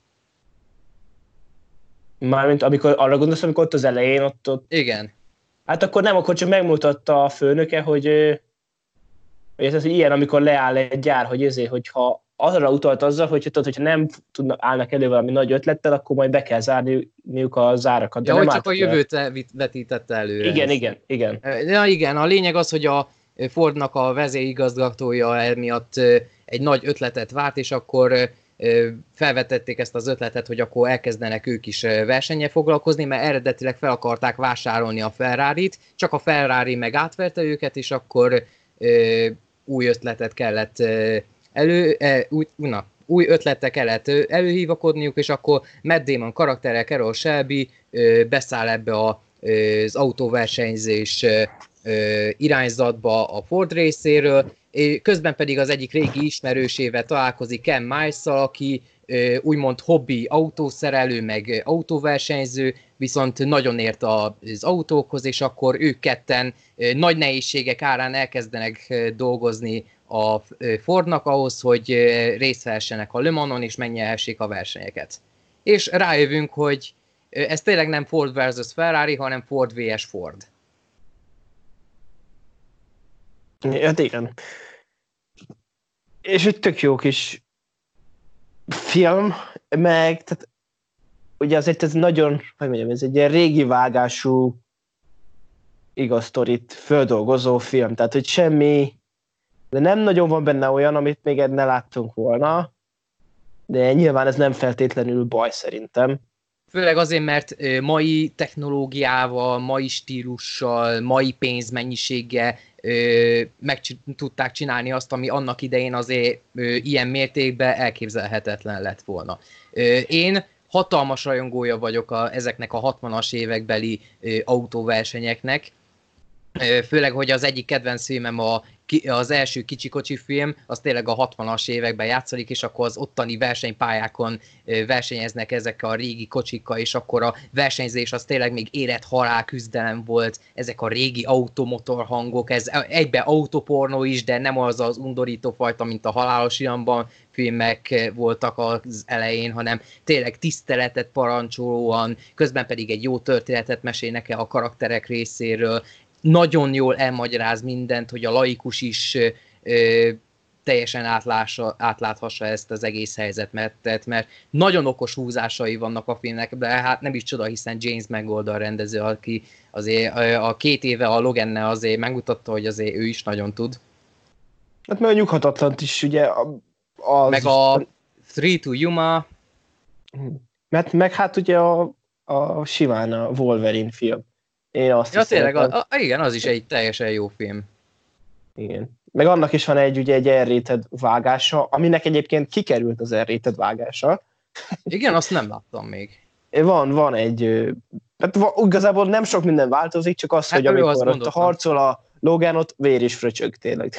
Mármint amikor arra gondolsz, amikor ott az elején ott... Igen. Hát akkor nem, akkor csak megmutatta a főnöke, hogy ez ilyen, amikor leáll egy gyár, hogy ezért, hogyha arra utalt azzal, hogyha nem állnak elő valami nagy ötlettel, akkor majd be kell zárniuk a zárakat. De hogy csak a jövőt vetítette előre. Igen. Ja, igen, a lényeg az, hogy a Fordnak a vezérigazgatója emiatt egy nagy ötletet várt, és akkor felvetették ezt az ötletet, hogy akkor elkezdenek ők is versennyel foglalkozni, mert eredetileg fel akarták vásárolni a Ferrarit, csak a Ferrari meg átverte őket, és akkor új ötletet kellett új ötletek kellett előhívakodniuk, és akkor Matt Damon karaktere, Carroll Shelby beszáll ebbe az autóversenyzés irányzatba a Ford részéről, közben pedig az egyik régi ismerősével találkozik, Ken Miles-szal, aki úgymond hobbi autószerelő, meg autóversenyző, viszont nagyon ért az autókhoz, és akkor ők ketten nagy nehézségek árán elkezdenek dolgozni a Fordnak ahhoz, hogy részt vehessenek a Le Manon, és megnyerhessék a versenyeket. És rájövünk, hogy ez tényleg nem Ford versus Ferrari, hanem Ford vs Ford. Hát igen. És egy tök jó kis film, meg tehát ugye azért ez nagyon, hogy mondjam, ez egy ilyen régi vágású igaz sztorit földolgozó film, tehát hogy semmi, de nem nagyon van benne olyan, amit még ne láttunk volna, de nyilván ez nem feltétlenül baj szerintem. Főleg azért, mert mai technológiával, mai stílussal, mai pénzmennyiséggel meg tudták csinálni azt, ami annak idején azért ilyen mértékben elképzelhetetlen lett volna. Én hatalmas rajongója vagyok ezeknek a 60-as évekbeli autóversenyeknek, főleg, hogy az egyik kedvenc filmem az első kicsikocsi film, az tényleg a 60-as években játszik, és akkor az ottani versenypályákon versenyeznek ezek a régi kocsikkal, és akkor a versenyzés az tényleg még élet-halál küzdelem volt, ezek a régi automotor hangok, ez egybe autopornó is, de nem az undorító fajta, mint a Halálos Iramban filmek voltak az elején, hanem tényleg tiszteletet parancsolóan, közben pedig egy jó történetet mesélnek el a karakterek részéről, nagyon jól elmagyaráz mindent, hogy a laikus is teljesen átláthassa ezt az egész helyzetet, mert nagyon okos húzásai vannak a filmnek, de hát nem is csoda, hiszen James Mangold a rendező, aki azért a 2 éve a Logannel azért megmutatta, hogy azért ő is nagyon tud. Hát meg a Nyughatatlant is, ugye meg a Three to Yuma. Meg hát ugye a simán a Wolverine film. Én azt ja, tényleg, igen, az is egy teljesen jó film. Igen. Meg annak is van egy R-rated vágása, aminek egyébként kikerült az R-rated vágása. Igen, azt nem láttam még. Van egy Tehát igazából nem sok minden változik, csak az, hogy amikor ott harcol a Logan, ott vér is fröcsög tényleg.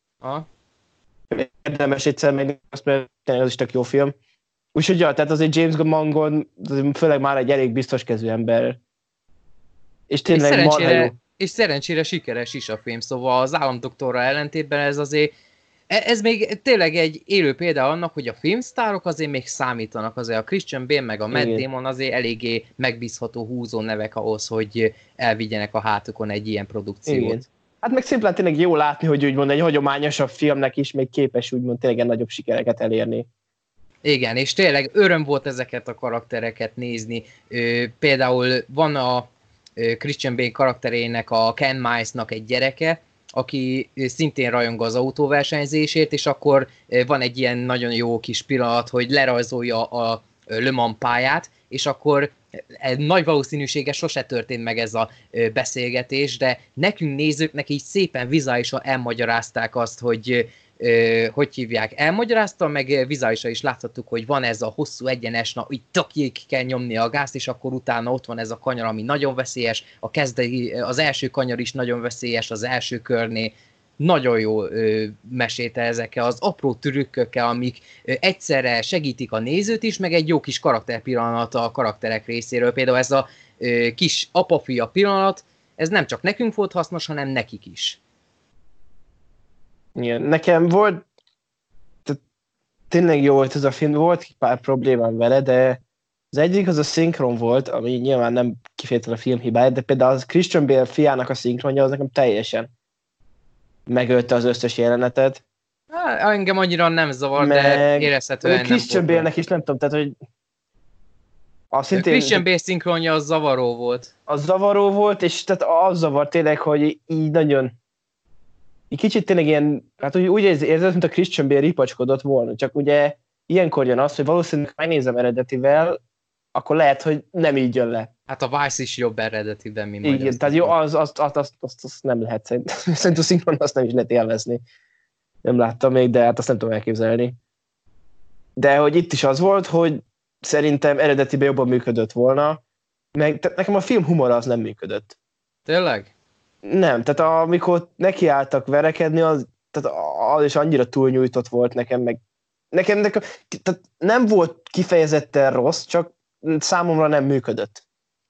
Érdemes egyszer meg azt, mert tényleg az is tök jó film. Úgyhogy ja, tehát azért James Mangold főleg már egy elég biztos kezű ember. És tényleg marha jó. És szerencsére sikeres is a film, szóval az Államdoktorral ellentétben ez azért, ez még tényleg egy élő példa annak, hogy a filmsztárok azért még számítanak, azért a Christian Bale meg a Matt Damon azért eléggé megbízható húzó nevek ahhoz, hogy elvigyenek a hátukon egy ilyen produkciót. Igen. Hát meg szimplán tényleg jó látni, hogy úgymond egy hagyományosabb filmnek is még képes úgymond tényleg nagyobb sikereket elérni. Igen, és tényleg öröm volt ezeket a karaktereket nézni. Például van a Christian Bale karakterének, a Ken Milesnak egy gyereke, aki szintén rajong az autóversenyzésért, és akkor van egy ilyen nagyon jó kis pillanat, hogy lerajzolja a Le Mans pályát, és akkor nagy valószínűséggel sose történt meg ez a beszélgetés, de nekünk nézőknek így szépen vizuálisan elmagyarázták azt, hogy hogy hívják, elmagyarázta, meg vizuálisan is láthattuk, hogy van ez a hosszú egyenes, na így tökig kell nyomni a gázt, és akkor utána ott van ez a kanyar, ami nagyon veszélyes, az első kanyar is nagyon veszélyes az első körnél. Nagyon jó mesélte ezekkel az apró trükkökkel, amik egyszerre segítik a nézőt is, meg egy jó kis karakterpillanat a karakterek részéről. Például ez a kis apa-fia pillanat, ez nem csak nekünk volt hasznos, hanem nekik is. Igen, nekem volt, tényleg jó volt ez a film, volt pár problémám vele, de az egyik az a szinkron volt, ami nyilván nem kifejezetten a film hibája, de például az Christian Bale fiának a szinkronja az nekem teljesen megölte az összes jelenetet. Engem annyira nem zavar, de érezhetően nem Christian Bale-nek is nem tudom, tehát hogy Christian Bale szinkronja az zavaró volt. Az zavaró volt, és tehát az zavar tényleg, hogy így nagyon egy kicsit tényleg ilyen, hát úgy érzed, mint a Christian Bale ripacskodott volna, csak ugye ilyenkor jön az, hogy valószínűleg megnézem eredetivel, akkor lehet, hogy nem így jön le. Hát a Vice is jobb eredetiben, mint majd. Igen, tehát jó, azt nem lehet szerintem a szinkron azt nem is lehet élvezni. Nem láttam még, de hát azt nem tudom elképzelni. De hogy itt is az volt, hogy szerintem eredetiben jobban működött volna, meg nekem a film humora az nem működött. Tényleg? Nem, tehát amikor nekiálltak verekedni, az is annyira túlnyújtott volt nekem tehát nem volt kifejezetten rossz, csak számomra nem működött.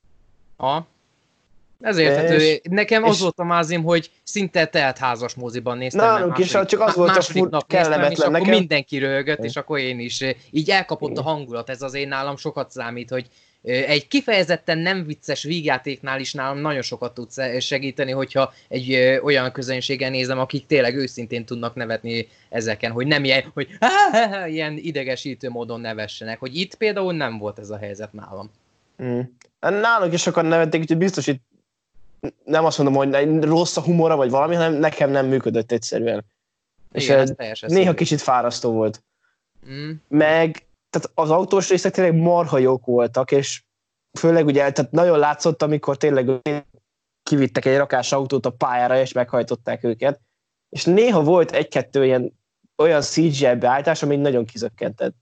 Ez érthető. Nekem az volt a mázim, hogy szinte teltházas moziban néztem. Nálunk is, csak az volt a kellemetlen és nekem. Akkor mindenki röhögött, és akkor én is. Így elkapott a hangulat, ez azért nálam sokat számít, hogy egy kifejezetten nem vicces vígjátéknál is nálam nagyon sokat tud segíteni, hogyha egy olyan közönséggel nézem, akik tényleg őszintén tudnak nevetni ezeken, hogy nem ilyen, hogy ilyen idegesítő módon nevessenek, hogy itt például nem volt ez a helyzet nálam. Nálunk is sokan nevették, úgyhogy biztos itt nem azt mondom, hogy rossz a humora vagy valami, hanem nekem nem működött egyszerűen. Igen, és néha kicsit fárasztó volt. Meg tehát az autós részek tényleg marha jók voltak, és főleg ugye tehát nagyon látszott, amikor tényleg kivittek egy rakás autót a pályára, és meghajtották őket, és néha volt egy-kettő ilyen olyan CGI beállítás, ami nagyon kizökkentett.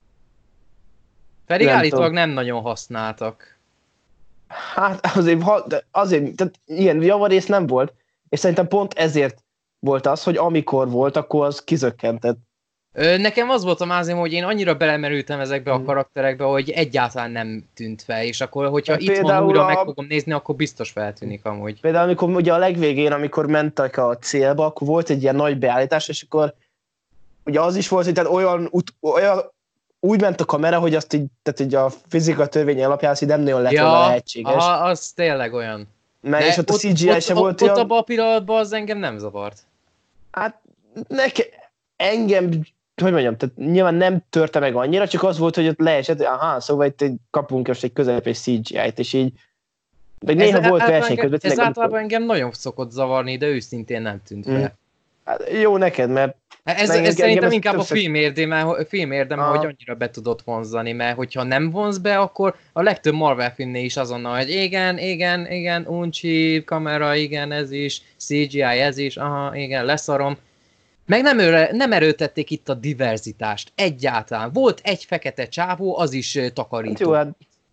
Pedig állítólag nem nagyon használtak. Hát azért tehát ilyen javarész nem volt, és szerintem pont ezért volt az, hogy amikor volt, akkor az kizökkentett. Nekem az volt a mázim, hogy én annyira belemerültem ezekbe a karakterekbe, hogy egyáltalán nem tűnt fel, és akkor, hogyha itt van újra meg fogom nézni, akkor biztos feltűnik amúgy. Például amikor ugye a legvégén, amikor mentek a célba, akkor volt egy ilyen nagy beállítás, és akkor ugye az is volt, hogy tehát olyan úgy ment a kamera, hogy azt így, tehát így a fizika törvény alapján az így nem nagyon lett volna lehetséges. Az tényleg olyan. És ott a CGI sem volt olyan. Ott abban a pillanatban az engem nem zavart. Hát engem, hogy mondjam, tehát nyilván nem törte meg annyira, csak az volt, hogy ott leesett, szóval itt kapunk most egy közepes CGI-t, és így meg néha volt verseny közben. Ez általában engem nagyon szokott zavarni, de őszintén nem tűnt fel. Hát jó neked, mert ez szerintem inkább a film érdeme, hogy annyira be tudod vonzani, mert hogyha nem vonz be, akkor a legtöbb Marvel filmnél is azonnal, hogy igen, uncsi, kamera, igen, ez is, CGI, ez is, igen, leszarom. Meg nem erőltették itt a diverzitást egyáltalán. Volt egy fekete csávó, az is takarító. Jó, hát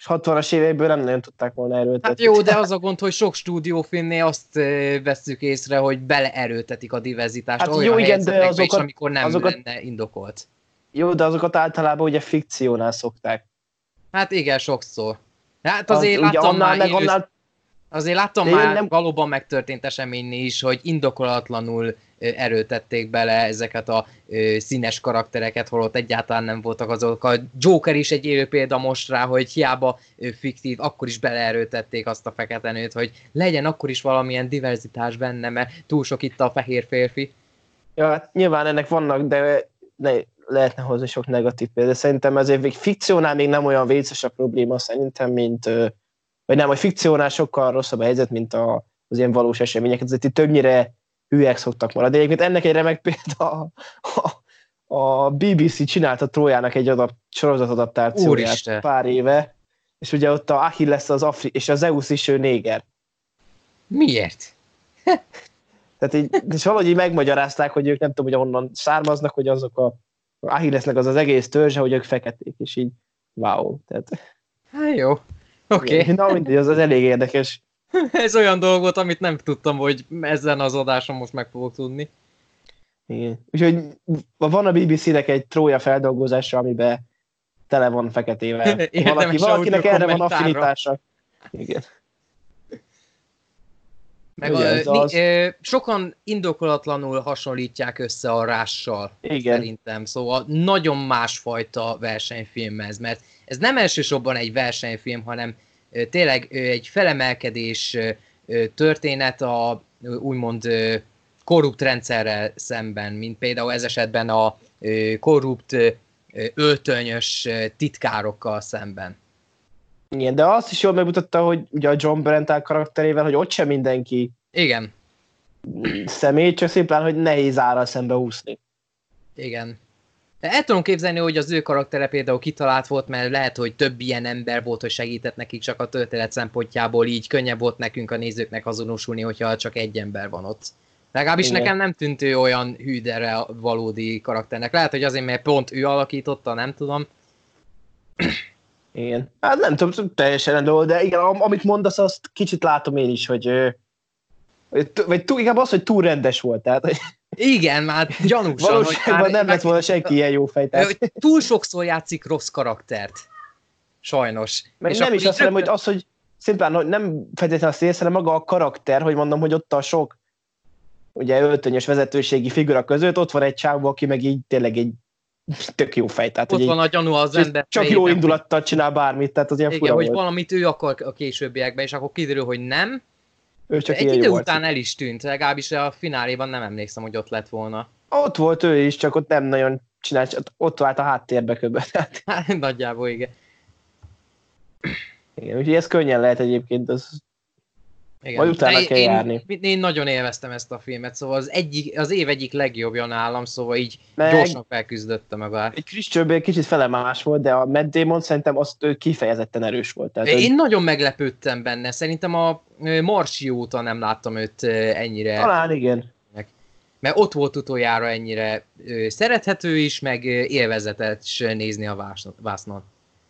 És 60-as évekből nem nagyon tudták volna Hát erőltetni. jó, de az a gond, hogy sok stúdiófilmnél azt vesszük észre, hogy beleerőltetik a diverzitást Hát olyan jó, igen, de helyzetekbe is, azokat, amikor nem azokat, lenne indokolt. jó, de azokat általában ugye fikciónál szokták. Hát igen, sokszor. Hát azért Ugye láttam annál már meg annál, Azért láttam de már nem, valóban megtörtént eseménynél is, hogy indokolatlanul erőltették bele ezeket a színes karaktereket, holott egyáltalán nem voltak azok. A Joker is egy élő példa most rá, hogy hiába fiktív, akkor is beleerőtették azt a fekete nőt, hogy legyen akkor is valamilyen diverzitás benne, mert túl sok itt a fehér férfi. ja, hát nyilván ennek vannak, de lehetne hozni sok negatív példa. Szerintem ezért még fikciónál még nem olyan vészes a probléma, szerintem, mint vagy nem, hogy fikciónál sokkal rosszabb a helyzet, mint az ilyen valós események. Ezért itt többnyire hülyek szoktak maradni. Egyébként ennek egy remek példa a BBC csinálta Trójának egy sorozatadaptációját Úristen! pár éve, és ugye ott a Achilles és a Zeus is ő néger. Miért? Tehát így, és valahogy így megmagyarázták, hogy ők nem tudom, hogy onnan származnak, hogy azok a Achillesnek az egész törzse, hogy ők feketék, és így wow. Tehát, Hát jó. Oké. Okay. Na mindegy, az elég érdekes. Ez olyan dolog volt, amit nem tudtam, hogy ezen az adáson most meg fogok tudni. Igen. Úgyhogy van a BBC-nek egy Trója feldolgozása, amiben tele van feketével. Valakinek erre van affinitása. Igen. Meg sokan indokolatlanul hasonlítják össze a Rush-sal, szerintem. Szóval nagyon másfajta versenyfilm ez, mert ez nem elsősorban egy versenyfilm, hanem tényleg egy felemelkedés történet a úgymond korrupt rendszerrel szemben, mint például ez esetben a korrupt öltönyös titkárokkal szemben. Igen, de azt is jól megmutatta, hogy ugye a John Brental karakterével, hogy ott sem mindenki igen. személy, csak szimplán, hogy nehéz árral szembe úszni. Igen. De el tudom képzelni, hogy az ő karaktere például kitalált volt, mert lehet, hogy több ilyen ember volt, hogy segített nekik csak a történet szempontjából, így könnyebb volt nekünk a nézőknek azonosulni, hogyha csak egy ember van ott. Legalábbis igen. Nekem nem tűnt ő olyan hűdere a valódi karakternek. Lehet, hogy azért, mert pont ő alakította, nem tudom. Igen. Hát nem tudom, teljesen rendben, de igen, amit mondasz, azt kicsit látom én is, hogy inkább az, hogy túl rendes volt. Tehát, igen, már gyanúsan. Valóságban nem lett volna senki ilyen jó fej. Túl sokszor játszik rossz karaktert. Sajnos. Meg nem is azt mondom, hogy az, hogy szimplán hogy nem feltétlenül azt érsz, hanem maga a karakter, hogy mondom, hogy ott a sok ugye öltönyös vezetőségi figura között ott van egy csávó, aki meg így tényleg egy tök jó fej. Tehát, ott van a gyanú az ember. Csak jó indulattal csinál bármit, tehát az ilyen igen, fura hogy volt. Valamit ő akar a későbbiekben, és akkor kiderül, hogy nem. Ő csak egy idő után el is tűnt, legalábbis a fináléban nem emlékszem, hogy ott lett volna. Ott volt ő is, csak ott nem nagyon csinált, ott vált a háttérbe köbben. Hát, nagyjából igen. Igen, úgyhogy ez könnyen lehet egyébként, igen. Majd utána kell járni. Én nagyon élveztem ezt a filmet, szóval az év egyik legjobbja nálam, szóval így gyorsan felküzdöttem meg. Egy Christian kicsit felemás volt, de a Matt Damon szerintem azt kifejezetten erős volt. Tehát, én nagyon meglepődtem benne, szerintem a Marsi óta nem láttam őt ennyire. Talán igen. Mert ott volt utoljára ennyire szerethető is, meg élvezetes nézni a vásznon.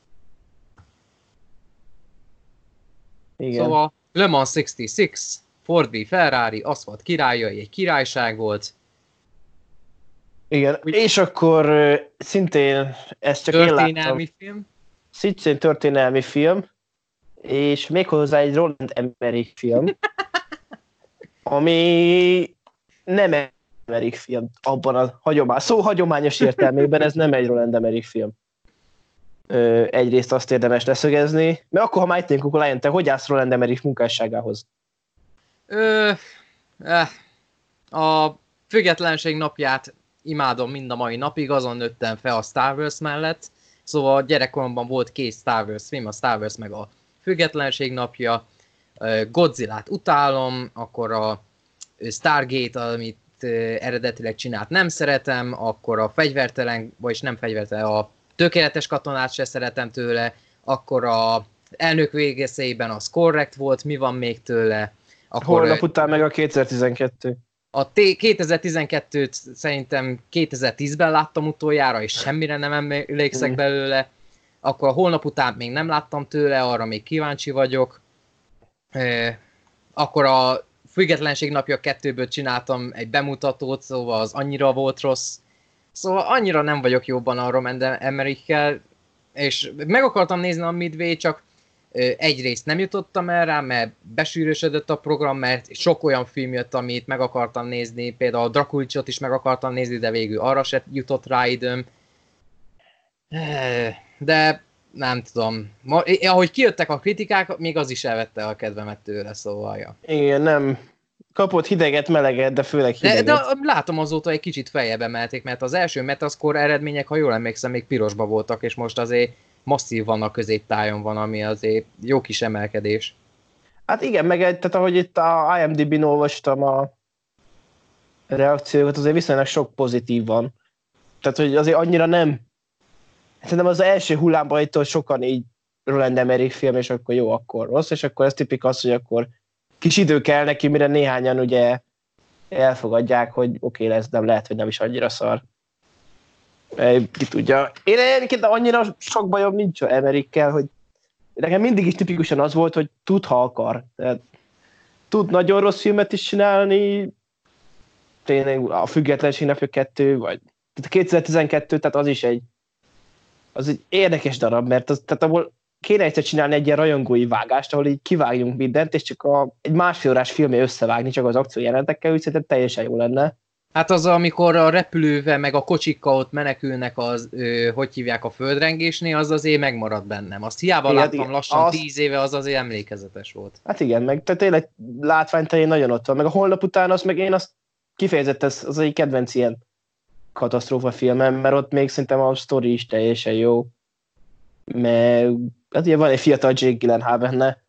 Igen. Szóval Le Mans 66, Ford v Ferrari, aszfalt királyai, egy királyság volt. Igen, és akkor szintén ez csak történelmi film. Szintén történelmi film, és méghozzá egy Roland Emmerich film, ami nem Emmerich film abban a hagyományos értelmében, ez nem egy Roland Emmerich film. Egyrészt azt érdemes leszögezni, mert akkor, ha májténk, akkor Lion, te hogy állsz Roland Emmerich munkásságához? A függetlenség napját imádom mind a mai napig, azon nőttem fel a Star Wars mellett, szóval gyerekkoromban volt két Star Wars film, a Star Wars meg a függetlenség napja, Godzillát utálom, akkor a Stargate, amit eredetileg csinált, nem szeretem, akkor a fegyvertelen, vagyis nem fegyvertelen, a tökéletes katonát se szeretem tőle, akkor a elnök végeszében az korrekt volt, mi van még tőle? Akkor holnap után meg a 2012. A 2012-t szerintem 2010-ben láttam utoljára, és semmire nem emlékszek belőle. akkor a Holnap után még nem láttam tőle, arra még kíváncsi vagyok. Akkor a Függetlenség napja 2-ből csináltam egy bemutatót, szóval az annyira volt rossz. Szóval annyira nem vagyok jobban a Roland Emmerichkel, és meg akartam nézni a Midway, csak egyrészt nem jutottam el rá, mert besűrösödött a program, mert sok olyan film jött, amit meg akartam nézni, például a Drakulicsot is meg akartam nézni, de végül arra se jutott rá időm. De nem tudom. Ahogy kijöttek a kritikák, még az is elvette a kedvemet tőle, szóval ja. Igen, nem. Kapott hideget, meleget, de főleg hideget. De látom azóta egy kicsit feljebb emelték, mert az első Metascore eredmények, ha jól emlékszem, még pirosba voltak, és most azért masszívan a középtájon van, ami azért jó kis emelkedés. Hát igen, meg tehát ahogy itt a IMDb-n olvastam a reakciókat, azért viszonylag sok pozitív van. Tehát, hogy azért annyira nem... Szerintem az első hullámban itt sokan így Roland Emmerich film, és akkor jó, akkor rossz, és akkor ez tipik az, hogy akkor kis idő kell neki, mire néhányan ugye elfogadják, hogy oké, lesz, nem lehet, hogy nem is annyira szar. Ki tudja. Én egyébként annyira sok bajom nincs Emmerichkel, hogy nekem mindig is tipikusan az volt, hogy tud, ha akar. Tehát tud nagyon rossz filmet is csinálni, tényleg a Függetlenség napja 2, vagy tehát 2012, tehát az is egy érdekes darab, mert tehát ahol kéne egyszer csinálni egy ilyen rajongói vágást, ahol így kivágjunk mindent, és csak egy másfél órás filmé összevágni, csak az akciójelenetekkel, úgy szerintem teljesen jó lenne. Hát az, amikor a repülővel, meg a kocsikkal ott menekülnek hogy hívják a földrengésnél, az azért megmaradt bennem. Azt hiába láttam lassan 10 éve, az azért emlékezetes volt. Hát igen, meg tehát tényleg látványterén nagyon ott van. Meg a Holnap után meg azt kifejezett, az egy kedvenc ilyen katasztrófa filmem, mert ott még szerintem a sztori is teljesen jó. Mert hát ugye van egy fiatal Jake Gyllenhaal benne.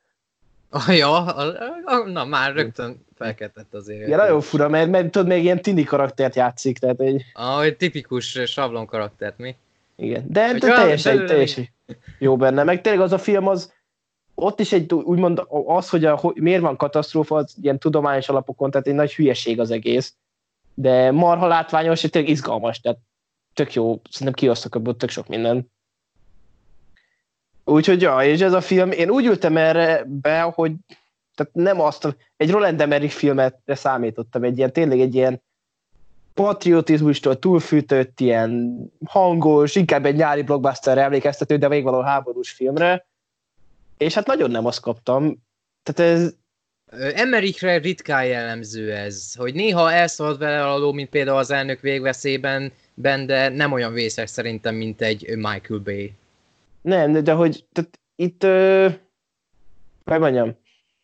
Na már rögtön felkeltett azért. Ja, nagyon fura, mert tudod, még ilyen tini karaktert játszik, tehát egy... Egy tipikus sablon karaktert, mi? Igen, de teljesen jó benne. Meg tényleg az a film, ott is egy úgymond az, hogy miért van katasztrófa, az ilyen tudományos alapokon, tehát egy nagy hülyeség az egész. De marha látványos, és tényleg izgalmas, tehát tök jó, szerintem kiosztok abból tök sok minden. Úgyhogy ja, és ez a film, én úgy ültem erre be, hogy tehát nem egy Roland Emmerich filmet számítottam, tényleg egy ilyen patriotizmustól túlfűtött, ilyen hangos, inkább egy nyári blockbusterre emlékeztető, de még valahol háborús filmre, és hát nagyon nem azt kaptam. Tehát ez... Emmerichre ritkán jellemző ez, hogy néha elszalad vele a ló, mint például az Elnök végveszélyben, de nem olyan vészes szerintem, mint egy Michael Bay. Nem, de hogy tehát itt, hogy mondjam,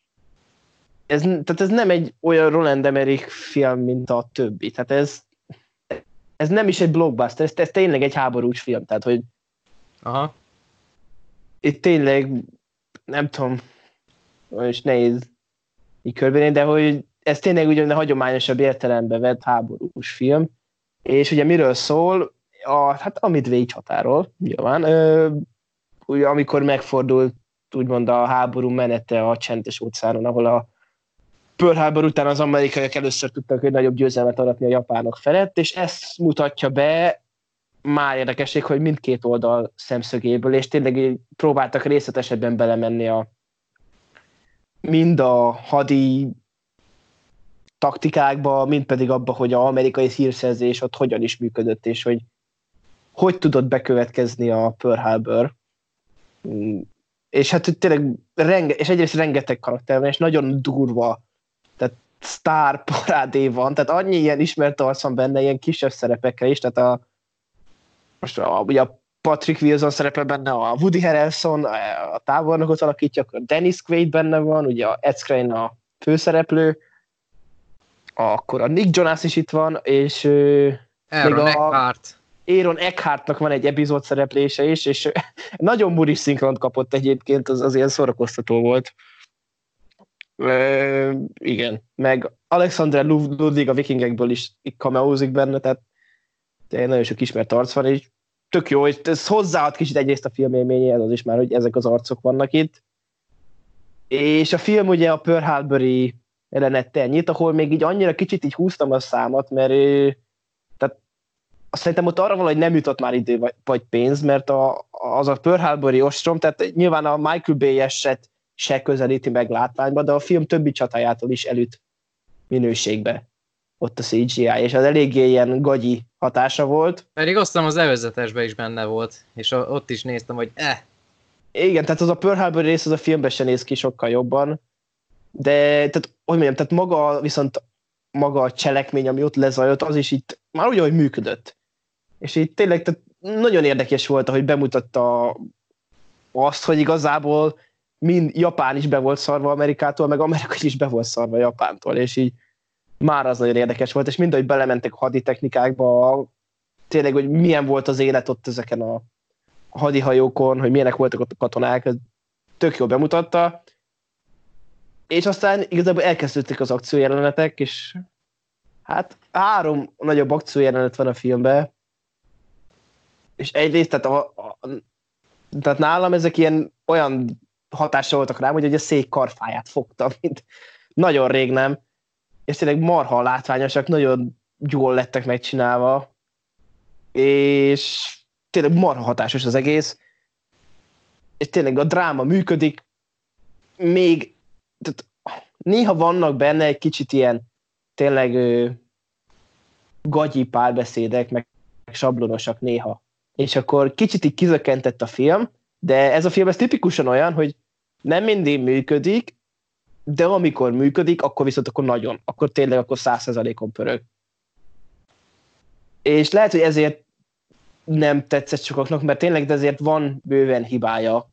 ez nem egy olyan Roland Emmerich film, mint a többi. Tehát ez nem is egy blockbuster, ez tényleg egy háborús film. Tehát, hogy aha. Itt tényleg, nem tudom, most nehéz így körbenézni, de hogy ez tényleg ugyan a hagyományosabb értelembe vett háborús film. És ugye miről szól? Hát a Midway csatáról, nyilván. Ugye, amikor megfordult úgymond a háború menete a Csendes óceánon, ahol a Pearl Harbor után az amerikaiak először tudtak egy nagyobb győzelmet aratni a japánok felett, és ezt mutatja be már érdekesség, hogy mindkét oldal szemszögéből, és tényleg próbáltak részletesebben belemenni mind a hadi taktikákba, mind pedig abba, hogy az amerikai hírszerzés ott hogyan is működött, és hogy tudott bekövetkezni a Pearl Harbor. És hát tényleg és egyrészt rengeteg karakter van, és nagyon durva, tehát sztár parádé van, tehát annyi ilyen ismert arc van benne, ilyen kisebb szerepekkel is, tehát ugye a Patrick Wilson szerepe benne, a Woody Harrelson, a tábornokot alakítja, akkor Dennis Quaid benne van, ugye a Ed Skrein a főszereplő, akkor a Nick Jonas is itt van, és Aaron Eckhartnak van egy epizód szereplése is, és nagyon muris szinkront kapott egyébként, az ilyen szórakoztató volt. Igen, meg Alexander Ludwig a Vikingekből is cameózik benne, tehát nagyon sok ismert arc van, és tök jó, és ez hozzáad kicsit egyrészt a film élményéhez, az is már, hogy ezek az arcok vannak itt. És a film ugye a Pearl Harbor-i jelenettel nyit, ahol még így annyira kicsit így húztam a számot, mert tehát azt szerintem ott arra valahogy nem jutott már idő vagy pénz, mert az a Pearl Harbor-i ostrom, tehát nyilván a Michael Bay eset se közelíti meg látványba, de a film többi csatájától is elüt minőségbe ott a CGI, és az eléggé ilyen gagyi hatása volt. Pedig azt hiszem az előzetesben is benne volt, és ott is néztem, hogy Igen, tehát az a Pearl Harbor rész az a filmben se néz ki sokkal jobban, de tehát, hogy mondjam, tehát maga a cselekmény, ami ott lezajlott, az is itt már úgy, ahogy működött. És így tényleg tehát nagyon érdekes volt, ahogy bemutatta azt, hogy igazából mind Japán is be volt szarva Amerikától, meg Amerika is be volt szarva Japántól, és így már az nagyon érdekes volt, és mindahogy belementek a haditechnikákba, tényleg, hogy milyen volt az élet ott ezeken a hadihajókon, hogy milyenek voltak ott a katonák, ez tök jól bemutatta. És aztán igazából elkezdődtek az akciójelenetek, és hát 3 nagyobb akciójelenet van a filmben, és egyrészt, tehát nálam ezek ilyen olyan hatással voltak rám, hogy a szék karfáját fogtam, mint nagyon rég nem, és tényleg marha látványosak, nagyon jól lettek megcsinálva, és tényleg marha hatásos az egész, és tényleg a dráma működik, még tehát néha vannak benne egy kicsit ilyen tényleg gagyi párbeszédek, meg sablonosak néha. És akkor kicsit így kizökkentett a film, de ez a film ez tipikusan olyan, hogy nem mindig működik, de amikor működik, akkor viszont akkor nagyon, akkor tényleg akkor 100%-on pörög. És lehet, hogy ezért nem tetszett sokaknak, mert tényleg de ezért van bőven hibája,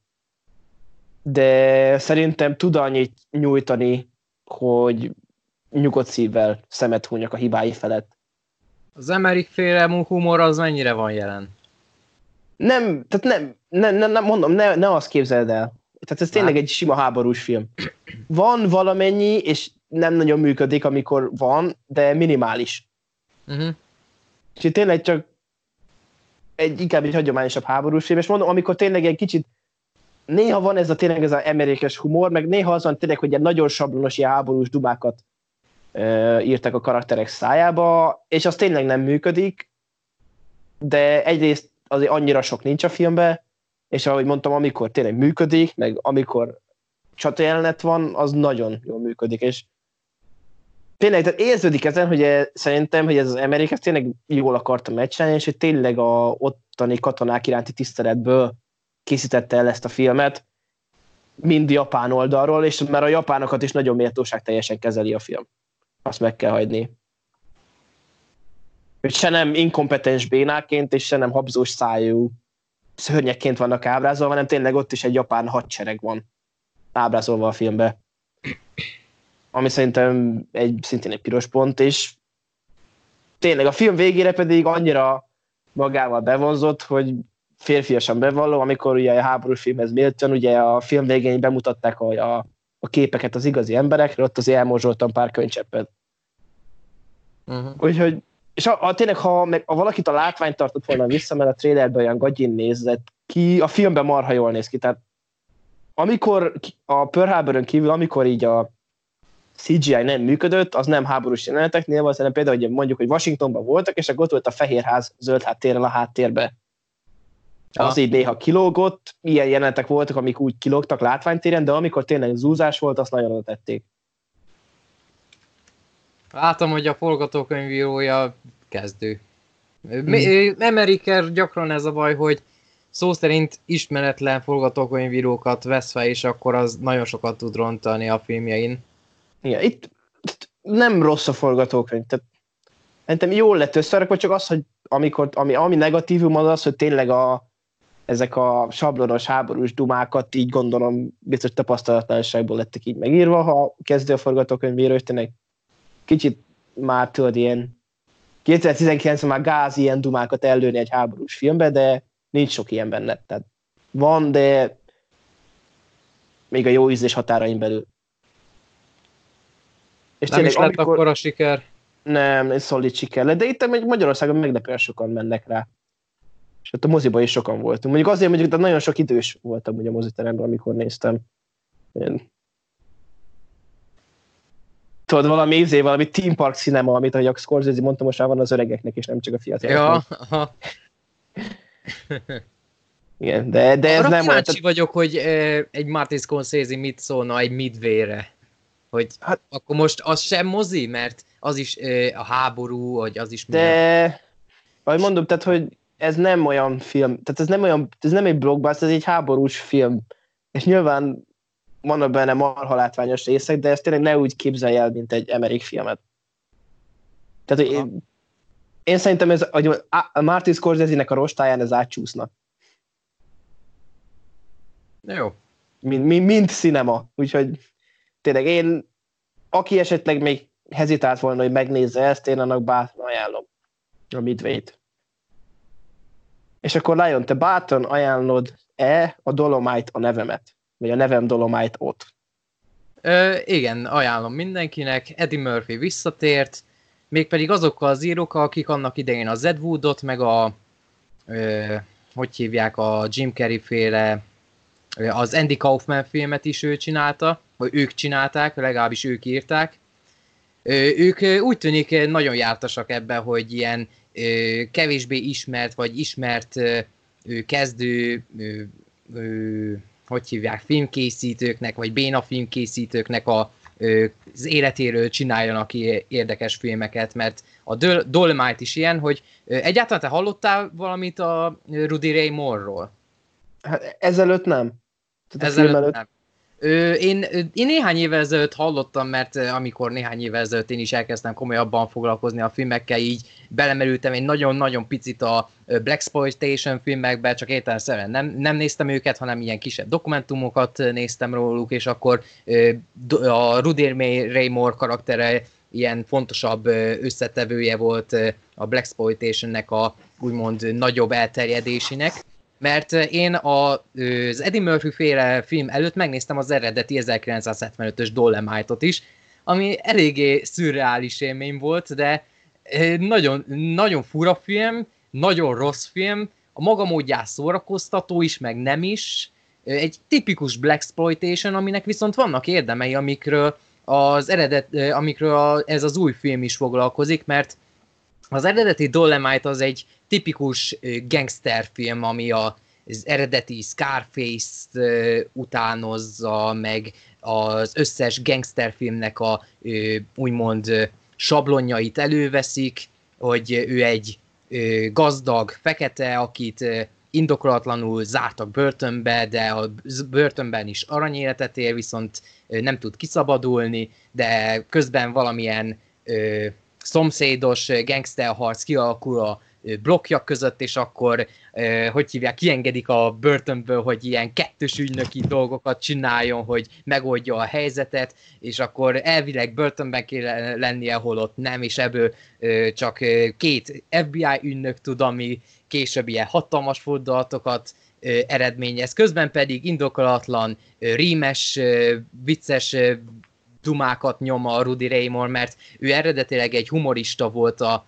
de szerintem tud annyit nyújtani, hogy nyugodt szívvel szemet hunyok a hibái felett. Az Emmerich-féle humor az mennyire van jelen? Nem, tehát nem mondom, ne azt képzeld el. Tehát ez tényleg egy sima háborús film. Van valamennyi, és nem nagyon működik, amikor van, de minimális. És tényleg csak inkább egy hagyományosabb háborús film, és mondom, amikor tényleg egy kicsit néha van ez tényleg ez az amerikás humor, meg néha az van tényleg, hogy ilyen nagyon sablonos ilyen háborús dumákat írtak a karakterek szájába, és az tényleg nem működik, de egyrészt azért annyira sok nincs a filmben, és ahogy mondtam, amikor tényleg működik, meg amikor csatajelenet van, az nagyon jól működik, és tényleg tehát érződik ezen, hogy szerintem, hogy ez az Amerika tényleg jól akarta megcsinálni, és hogy tényleg a ottani katonák iránti tiszteletből készítette el ezt a filmet, mind japán oldalról, és mert a japánokat is nagyon méltóságteljesen kezeli a film. Azt meg kell hagyni. Hogy se nem inkompetens bénáként, és se nem habzós szájú szörnyekként vannak ábrázolva, hanem tényleg ott is egy japán hadsereg van ábrázolva a filmbe. Ami szerintem szintén egy piros pont, és tényleg a film végére pedig annyira magával bevonzott, hogy férfiasan bevallom, amikor ugye a háborús filmhez méltően, ugye a film végén bemutatták a képeket az igazi emberekről, ott azért elmorzsoltam pár könycseppet. Úgyhogy, és tényleg, ha valakit a látvány tartott volna vissza, mert a trailerben olyan gagyin nézett ki, a filmben marha jól néz ki, tehát amikor a Pearl Harboron kívül, amikor így a CGI nem működött, az nem háborús jeleneteknél volt, hanem például, hogy mondjuk, hogy Washingtonban voltak, és akkor ott volt a Fehérház zöld háttérrel a háttérbe. Az így néha kilógott, ilyen jelenetek voltak, amik úgy kilógtak látványtéren, de amikor tényleg zúzás volt, azt nagyon oda tették. Látom, hogy a forgatókönyvírója kezdő. Emeriker gyakran ez a baj, hogy szó szerint ismeretlen forgatókönyvírókat vesz fel, és akkor az nagyon sokat tud rontani a filmjein. Igen, itt nem rossz a forgatókönyv, tehát szerintem jól lett összerakva, csak az, hogy ami negatívum az, hogy tényleg ezek a sablonos háborús dumákat így gondolom biztos tapasztalatlanságból lettek így megírva, ha kezdő a forgatókönyvíró, és tényleg kicsit már tudod ilyen 2019-ben már gáz ilyen dumákat ellőni egy háborús filmbe, de nincs sok ilyen benne. Tehát van, de még a jó ízlés határain belül. És nem is lett akkor a siker? Nem, egy szolid siker lett, de itt Magyarországon meglepően sokan mennek rá. És ott a moziban is sokan voltunk. Mondjuk azért, de nagyon sok idős voltam ugye a moziteremben, amikor néztem. Tudod, valami Theme Park Cinema, amit ahogy a Scorsese mondta, most már van az öregeknek, és nem csak a fiataloknak. Ja, Igen, de ez Arra nem olyan. kíváncsi vagyok, hogy egy Martin Scorsese mit szólna egy Midway-re. Hogy Hát, akkor most az sem mozi, mert az is a háború, vagy az is milyen. de, ahogy mondom, tehát, hogy ez nem olyan film, tehát ez nem egy blockbuster, ez egy háborús film. És nyilván vannak benne marha látványos részek, de ezt tényleg ne úgy képzelj el, mint egy Emmerich filmet. Tehát, hogy én szerintem hogy a Martin Scorsese-nek a rostáján ez átcsúszna. Jó. Mint cinema. Úgyhogy tényleg aki esetleg még hezitált volna, hogy megnézze ezt, én annak bátran ajánlom a Midway-t. És akkor Lion, te bátran ajánlod-e a Dolomite a nevemet? Vagy a nevem Dolomite ott? Igen, ajánlom mindenkinek. Eddie Murphy visszatért, mégpedig azokkal az írókkal, akik annak idején a Zed Woodot, meg hogy hívják, a Jim Carrey féle, az Andy Kaufman filmet is ő csinálta, vagy ők csinálták, legalábbis ők írták. Ők úgy tűnik nagyon jártasak ebben, hogy ilyen kevésbé ismert, vagy ismert kezdő, hogy hívják, filmkészítőknek, vagy béna filmkészítőknek az életéről csináljanak ki érdekes filmeket, mert a Dolomite is ilyen, hogy egyáltalán te hallottál valamit a Rudy Ray Moore-ról? Hát ezelőtt nem. Ezelőtt nem. Én néhány évvel ezelőtt hallottam, mert amikor néhány évvel ezelőtt én is elkezdtem komolyabban foglalkozni a filmekkel, így belemerültem egy nagyon-nagyon picit a blaxploitation filmekbe, csak értelemszerűen nem néztem őket, hanem ilyen kisebb dokumentumokat néztem róluk, és akkor a Rudy Ray Moore karaktere ilyen fontosabb összetevője volt a blaxploitationnek a úgymond nagyobb elterjedésének. Mert én az Eddie Murphy féle film előtt megnéztem az eredeti 1975-ös Dolomite-ot is, ami eléggé szürreális élmény volt, de nagyon, nagyon fura film, nagyon rossz film, a maga módján szórakoztató is, meg nem is. Egy tipikus blaxploitation, aminek viszont vannak érdemei, amikről ez az új film is foglalkozik, mert az eredeti Dolomite az egy tipikus gangsterfilm, ami az eredeti Scarface-t utánozza, meg az összes gangsterfilmnek a úgymond sablonjait előveszik, hogy ő egy gazdag fekete, akit indokolatlanul zártak börtönbe, de a börtönben is aranyéletet él, viszont nem tud kiszabadulni, de közben valamilyen szomszédos gangsterharc kialakul a blokkjak között, és akkor, hogy hívják, kiengedik a börtönből, hogy ilyen kettős ügynöki dolgokat csináljon, hogy megoldja a helyzetet, és akkor elvileg börtönben kell lennie, holott nem, és ebből csak 2 FBI ügynök tud, ami később ilyen hatalmas fordulatokat eredményez. Közben pedig indokolatlan, rímes, vicces dumákat nyom a Rudy Ray Moore, mert ő eredetileg egy humorista volt a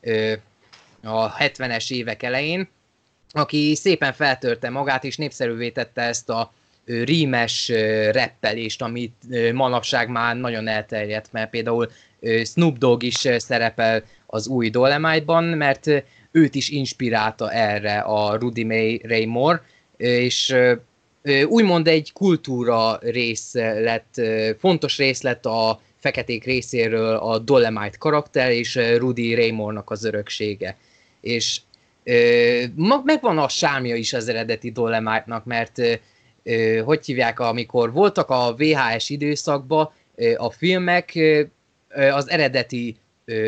70-es évek elején, aki szépen feltörte magát, és népszerűvé tette ezt a rímes rappelést, amit manapság már nagyon elterjedt, mert például Snoop Dogg is szerepel az új Dolomite-ban, mert őt is inspirálta erre a Rudy Ray Moore, és úgymond egy kultúra rész lett, fontos rész lett a feketék részéről a Dolomite karakter és Rudy Ray Moore-nak az öröksége. És megvan a sármja is az eredeti Dolomite-nak, mert hogy hívják, amikor voltak a VHS időszakban a filmek, az eredeti,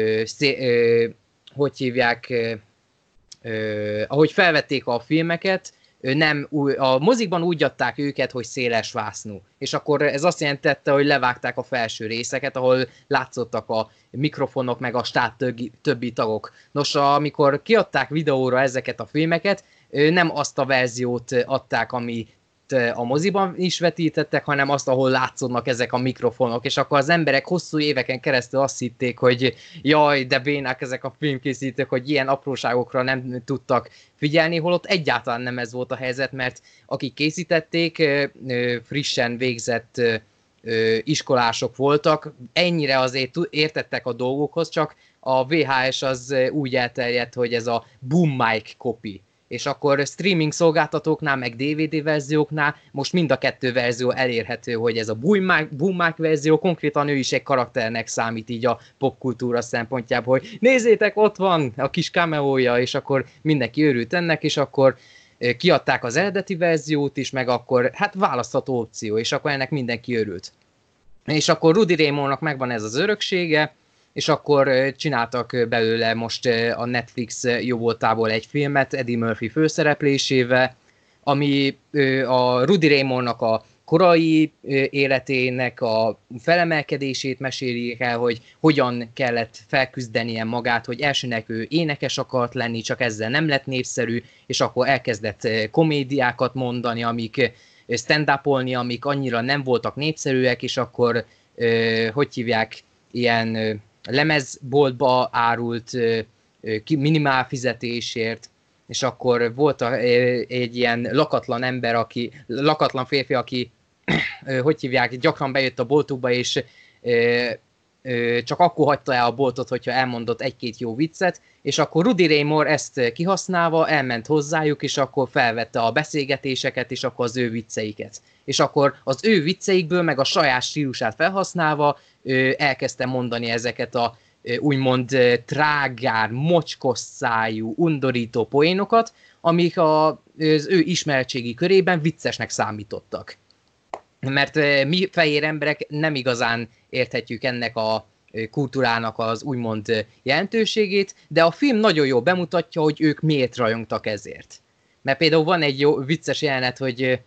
hogy hívják, ahogy felvették a filmeket, a mozikban úgy adták őket, hogy széles vásznú. És akkor ez azt jelentette, hogy levágták a felső részeket, ahol látszottak a mikrofonok, meg a stáb többi tagok. Nos, amikor kiadták videóra ezeket a filmeket, nem azt a verziót adták, ami a moziban is vetítettek, hanem azt, ahol látszódnak ezek a mikrofonok, és akkor az emberek hosszú éveken keresztül azt hitték, hogy jaj, de bénák ezek a filmkészítők, hogy ilyen apróságokra nem tudtak figyelni, holott egyáltalán nem ez volt a helyzet, mert akik készítették, frissen végzett iskolások voltak, ennyire azért értettek a dolgokhoz, csak a VHS az úgy elterjedt, hogy ez a boom mic copy. és akkor streaming szolgáltatóknál, meg DVD verzióknál most mind a kettő verzió elérhető, hogy ez a Boomák verzió konkrétan ő is egy karakternek számít így a popkultúra szempontjából, hogy nézzétek, ott van a kis cameója, és akkor mindenki örült ennek, és akkor kiadták az eredeti verziót is, meg akkor hát választható opció, és akkor ennek mindenki örült. És akkor Rudy Ray Moore-nak megvan ez az öröksége, és akkor csináltak belőle most a Netflix jóvoltából egy filmet Eddie Murphy főszereplésével, ami a Rudy Ray Moore-nak a korai életének a felemelkedését meséli el, hogy hogyan kellett felküzdenie magát, hogy elsőnek ő énekes akart lenni, csak ezzel nem lett népszerű, és akkor elkezdett komédiákat mondani, amik stand-upolni, amik annyira nem voltak népszerűek, és akkor, hogy hívják, ilyen lemezboltba árult minimál fizetésért, és akkor volt egy ilyen lakatlan férfi, aki hogy hívják, gyakran bejött a boltukba, és csak akkor hagyta el a boltot, hogyha elmondott egy-két jó viccet, és akkor Rudy Ray Moore ezt kihasználva elment hozzájuk, és akkor felvette a beszélgetéseket, és akkor az ő vicceiket. És akkor az ő vicceikből, meg a saját stílusát felhasználva elkezdte mondani ezeket a úgymond trágár, mocskos szájú, undorító poénokat, amik az ő ismeretségi körében viccesnek számítottak. Mert mi fehér emberek nem igazán érthetjük ennek a kultúrának az úgymond jelentőségét, de a film nagyon jól bemutatja, hogy ők miért rajongtak ezért. Mert például van egy jó vicces jelenet, hogy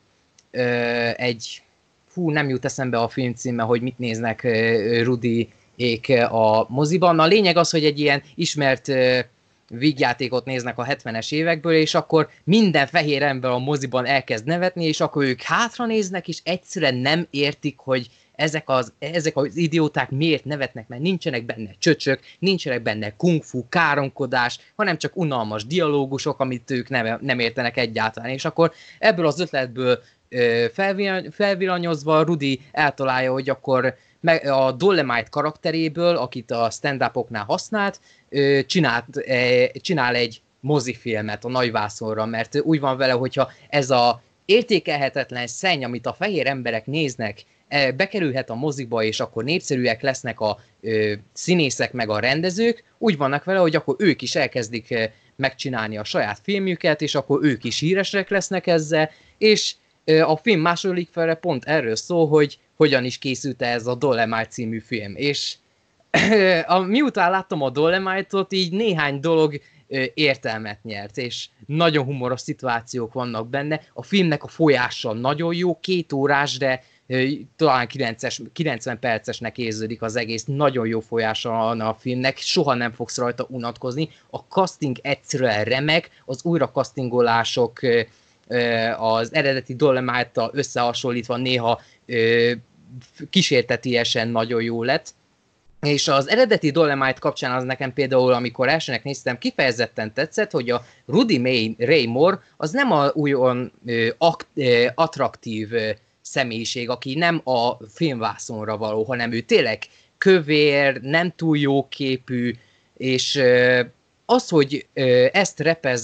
nem jut eszembe a film címe, hogy mit néznek Rudyék a moziban. A lényeg az, hogy egy ilyen ismert vígjátékot néznek a 70-es évekből, és akkor minden fehér ember a moziban elkezd nevetni, és akkor ők hátra néznek, és egyszerűen nem értik, hogy ezek az idióták miért nevetnek, mert nincsenek benne csöcsök, nincsenek benne kungfu, káromkodás, hanem csak unalmas dialógusok, amit ők nem értenek egyáltalán. És akkor ebből az ötletből felvillanyozva Rudy eltalálja, hogy akkor a Dolomite karakteréből, akit a stand-upoknál használt, csinál egy mozifilmet a nagyvászonra, mert úgy van vele, hogyha ez a értékelhetetlen szenny, amit a fehér emberek néznek, bekerülhet a mozikba, és akkor népszerűek lesznek a színészek meg a rendezők, úgy vannak vele, hogy akkor ők is elkezdik megcsinálni a saját filmjüket, és akkor ők is híresek lesznek ezzel, és a film második fele pont erről szól, hogy hogyan is készült ez a Dolomite című film. És miután láttam a Dolomite-ot, így néhány dolog értelmet nyert, és nagyon humoros szituációk vannak benne. A filmnek a folyása nagyon jó, 2 órás, de talán 90 percesnek érződik az egész, nagyon jó folyása van a filmnek, soha nem fogsz rajta unatkozni. A casting egyszerűen remek, az újrakasztingolások az eredeti Dolomite-tal összehasonlítva néha kísértetiesen nagyon jó lett. És az eredeti Dolomite kapcsán az nekem például, amikor elsőnek néztem, kifejezetten tetszett, hogy a Rudy Ray Moore az nem a olyan attraktív személyiség, aki nem a filmvászonra való, hanem ő tényleg kövér, nem túl jó képű, és az, hogy ezt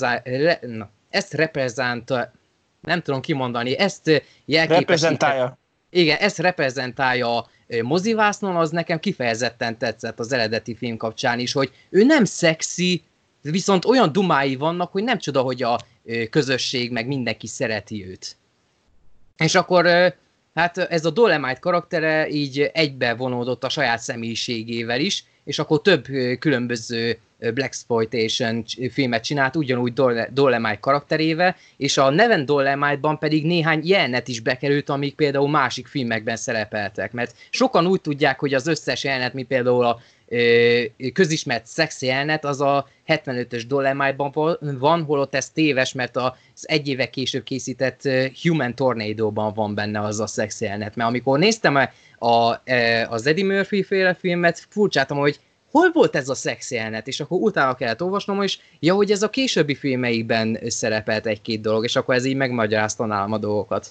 nem tudom kimondani, ezt reprezentálja. Igen, ezt reprezentálja a mozivásznon, az nekem kifejezetten tetszett az eredeti film kapcsán is, hogy ő nem szexi, viszont olyan dumái vannak, hogy nem csoda, hogy a közösség meg mindenki szereti őt. És akkor hát ez a Dolomite karaktere így egybevonódott a saját személyiségével is, és akkor több különböző blaxploitation filmet csinált ugyanúgy Dolomite karakterével, és a Neven Dolomite-ban pedig néhány jelenet is bekerült, amik például másik filmekben szerepeltek, mert sokan úgy tudják, hogy az összes jelenet, mi például a közismert szex jelenet, az a 75-ös Dolomite-ban van, holott ez téves, mert az 1 évvel később készített Human Tornado-ban van benne az a szex jelenet, mert amikor néztem az Eddie Murphy féle filmet, furcsáltam, hogy hol volt ez a szex jelenet, és akkor utána kellett olvasnom, és hogy ez a későbbi filmeikben szerepelt 1-2 dolog, és akkor ez így megmagyarázta nálam a dolgokat.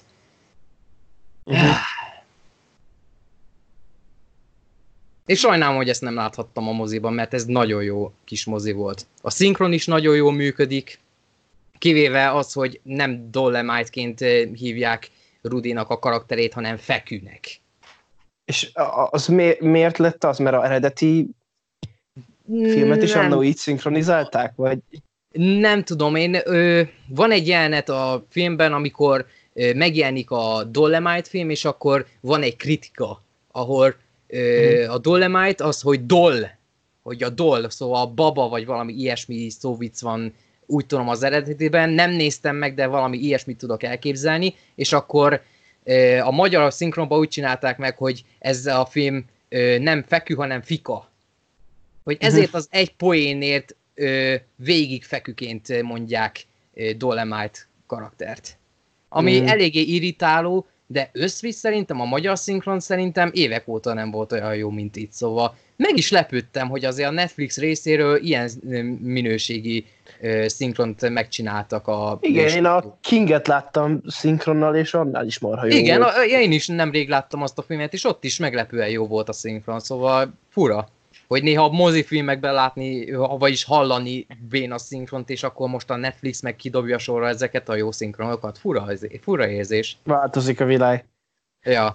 És sajnálom, hogy ezt nem láthattam a moziban, mert ez nagyon jó kis mozi volt. A szinkron is nagyon jól működik, Kivéve az, hogy nem Dolomite-ként hívják Rudinak a karakterét, hanem Fekűnek. És az miért lett az? Mert az eredeti filmet is annó így szinkronizálták? Vagy... Nem tudom, van egy jelenet a filmben, amikor megjelenik a Dolomite film, és akkor van egy kritika, ahol a Dolomite az, hogy hogy a doll, szóval a baba, vagy valami ilyesmi szóvic van, úgy tudom az eredetiben, nem néztem meg, de valami ilyesmit tudok elképzelni, és akkor a magyar szinkronban úgy csinálták meg, hogy ez a film nem Fekü, hanem Fika. Hogy ezért az egy poénért végig Feküként mondják Dolomite karaktert. Ami eléggé irritáló, de összvisz szerintem, a magyar szinkron szerintem évek óta nem volt olyan jó, mint itt. Szóval meg is lepődtem, hogy azért a Netflix részéről ilyen minőségi szinkront megcsináltak a... Igen, én a Kinget láttam szinkronnal, és annál is marha jó igen, volt. Én is nemrég láttam azt a filmet, és ott is meglepően jó volt a szinkron, szóval fura. Hogy néha a mozifilmekben látni, vagyis hallani béna szinkront, és akkor most a Netflix meg kidobja sorra ezeket a jó szinkronokat. Fura érzés. Változik a világ. Ja.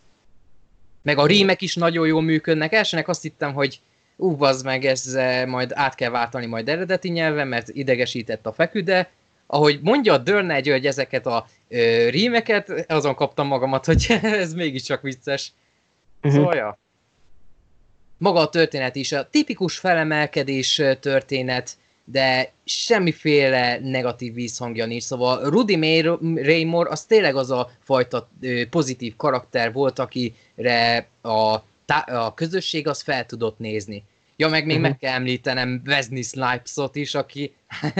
Meg a rímek is nagyon jól működnek. Elsőnek azt hittem, hogy bazd meg, ez majd át kell váltani majd eredeti nyelven, mert idegesített a Fekü, de ahogy mondja a Dörner György ezeket a rímeket, azon kaptam magamat, hogy ez mégiscsak vicces. Szóval, ja. Maga a történet is a tipikus felemelkedés történet, de semmiféle negatív vízhangja nincs. Szóval Rudy Raymore az tényleg az a fajta pozitív karakter volt, akire a közösség az fel tudott nézni. Ja, meg még meg kell említenem Wesley Snipes-ot is, aki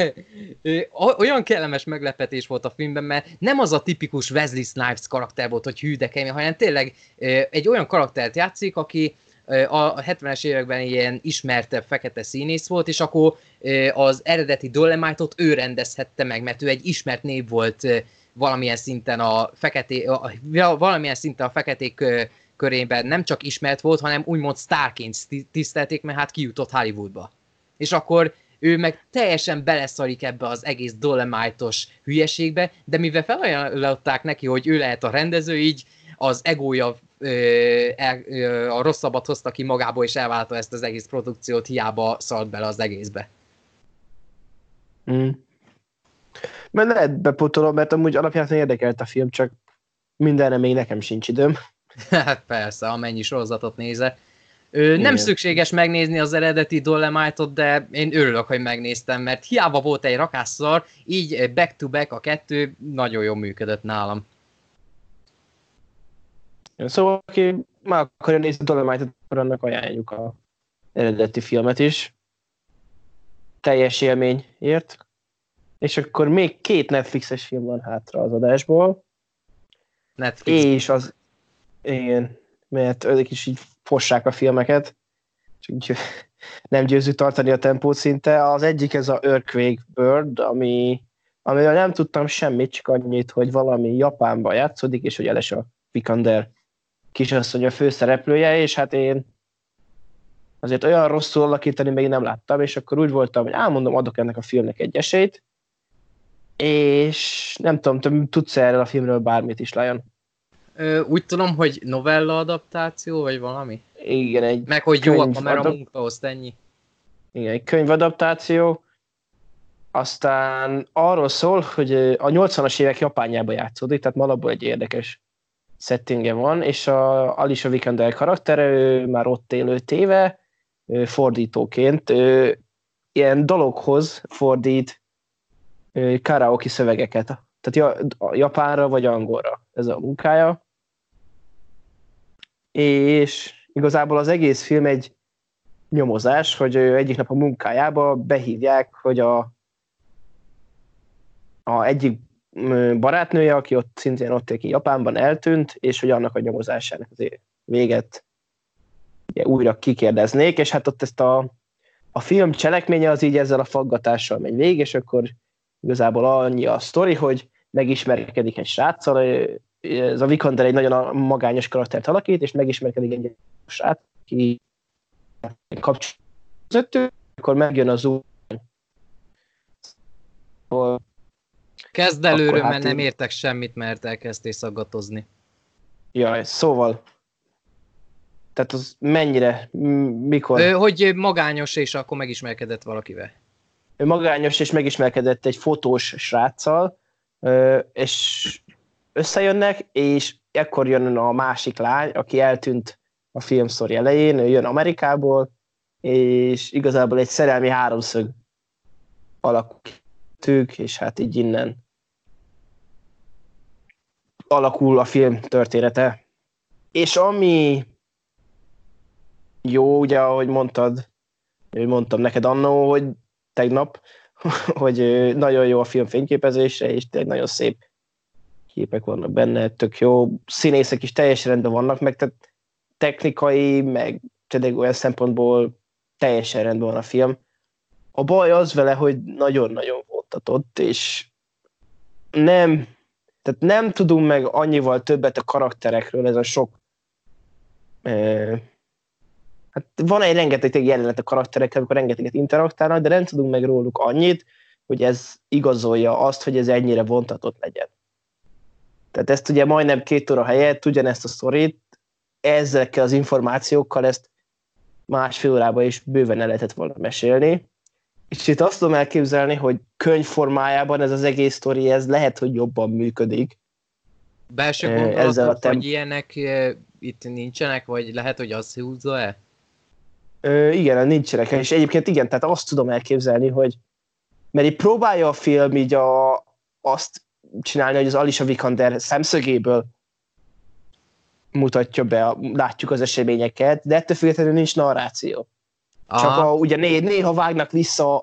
olyan kellemes meglepetés volt a filmben, mert nem az a tipikus Wesley Snipes karakter volt, hogy hű de kemény, hanem tényleg egy olyan karaktert játszik, aki a 70-es években ilyen ismertebb fekete színész volt, és akkor az eredeti Dolomite-ot ő rendezhette meg, mert ő egy ismert név volt valamilyen szinten a feketék körében nem csak ismert volt, hanem úgymond sztárként tisztelték, mert hát kijutott Hollywoodba. És akkor ő meg teljesen beleszarik ebbe az egész Dolomite-os hülyeségbe, de mivel felajánlották neki, hogy ő lehet a rendező, így az egója a rosszabbat hozta ki magából, és elvállalta ezt az egész produkciót, hiába szalt bele az egészbe. Mert lehet bepótolom, mert amúgy alapján érdekelt a film, csak mindenre még nekem sincs időm. Hát persze, amennyi sorozatot nézze. Nem szükséges megnézni az eredeti Dolomite-ot, de én örülök, hogy megnéztem, mert hiába volt egy rakásszar, így back-to-back a kettő nagyon jól működött nálam. Szóval, aki már akarja nézni Dolomite-ot, akkor annak ajánljuk az eredeti filmet is. Teljes élményért. És akkor még 2 Netflixes film van hátra az adásból. Netflix. És az... Igen, mert ők is így fossák a filmeket. Csak nem győzzük tartani a tempót szinte. Az egyik ez a Earthquake Bird, amiről nem tudtam semmit, csak annyit, hogy valami Japánban játszódik, és hogy Alicia Vikander kisasszony a főszereplője, és hát én azért olyan rosszul alakítani még nem láttam, és akkor úgy voltam, hogy mondom, adok ennek a filmnek egy esélyt, és nem tudom, te tudsz erről a filmről bármit is, Lion? Úgy tudom, hogy novella adaptáció, vagy valami? Igen, meg hogy jó a kamera munkahoz, ennyi. Igen, egy könyvadaptáció, aztán arról szól, hogy a 80-as évek Japánjában játszódik, tehát alapból egy érdekes settingje van, és a Alicia Vikander karaktere, ő már ott élő éve, fordítóként ilyen dologhoz fordít karaoke szövegeket. Tehát japánra vagy angolra ez a munkája. És igazából az egész film egy nyomozás, hogy egyik nap a munkájába behívják, hogy a egyik barátnője, aki ott szintén ott él ki Japánban, eltűnt, és hogy annak a nyomozásának azért véget ugye, újra kikérdeznék, és hát ott ezt a film cselekménye az így ezzel a faggatással megy végig, és akkor igazából annyi a sztori, hogy megismerkedik egy sráccal, ez a Vikander egy nagyon magányos karaktert alakít, és megismerkedik egy srác, aki kapcsolatban, akkor megjön az új Kezd előről, hát mert nem értek semmit, mert elkezdtél szaggatózni. Jaj, szóval, tehát az mennyire, mikor? Hogy magányos, és akkor megismerkedett valakivel. Ő magányos, és megismerkedett egy fotós sráccal, és összejönnek, és ekkor jön a másik lány, aki eltűnt a film sztori elején, ő jön Amerikából, és igazából egy szerelmi háromszög alakult, és hát így innen alakul a film története. És ami jó, ugye, ahogy mondtam neked annó, hogy tegnap, hogy nagyon jó a film fényképezése, és tényleg nagyon szép képek vannak benne, tök jó, színészek is teljesen rendben vannak, meg tehát technikai, meg tényleg olyan szempontból teljesen rendben van a film. A baj az vele, hogy nagyon-nagyon vontatott, és nem tudunk meg annyival többet a karakterekről, ez a sok hát van egy rengeteg jelenet a karakterekkel, amikor rengeteget interaktálnak, de nem tudunk meg róluk annyit, hogy ez igazolja azt, hogy ez ennyire vontatott legyen. Tehát ezt ugye majdnem 2 óra helyett, ugyanezt a sztorit, ezekkel az információkkal ezt 1,5 órában is bőven el lehetett volna mesélni. És itt azt tudom elképzelni, hogy könyvformájában ez az egész sztori, ez lehet, hogy jobban működik. Belső gondolatok, vagy ilyenek itt nincsenek, vagy lehet, hogy az húzza el? Igen, nincsenek. És egyébként igen, tehát azt tudom elképzelni, hogy mert így próbálja a film így azt csinálni, hogy az Alicia Vikander szemszögéből mutatja be, látjuk az eseményeket, de ettől függetlenül nincs narráció. Aha. Csak ugye néha vágnak vissza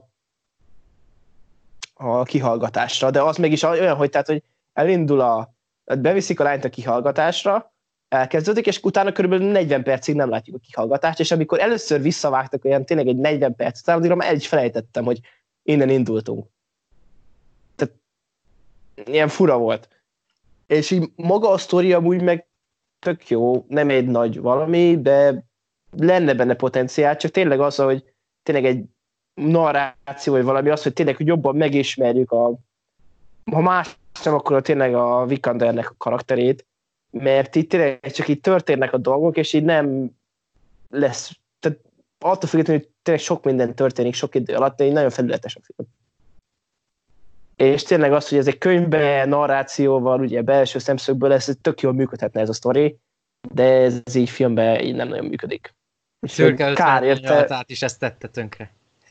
a kihallgatásra, de az mégis olyan, hogy, tehát, hogy elindul beviszik a lányt a kihallgatásra, elkezdődik, és utána körülbelül 40 percig nem látjuk a kihallgatást, és amikor először visszavágtak olyan tényleg egy 40 perc után, addigra már el is felejtettem, hogy innen indultunk. Tehát ilyen fura volt. És így maga a sztori amúgy meg tök jó, nem egy nagy valami, de lenne benne potenciál, csak tényleg az, hogy tényleg egy narráció, vagy valami az, hogy tényleg hogy jobban megismerjük ha más nem, akkor tényleg a Vikandernek a karakterét, mert itt tényleg csak így történnek a dolgok, és így nem lesz, tehát attól függetlenül, hogy tényleg sok minden történik sok idő alatt, de így nagyon felületes a film. És tényleg az, hogy ez egy könyvben, narrációval, ugye belső szemszögből, ez tök jól működhetne ez a sztori, de ez így filmben így nem nagyon működik. Szürke kár érte. Is ezt tette tönkre.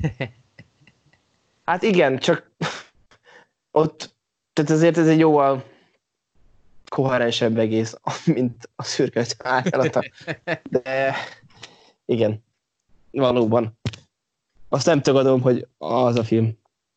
Hát igen, csak ott, tehát azért ez egy jóval koherensebb egész, mint a Szürke árnyalata. De igen, valóban. Azt nem tagadom, hogy az a film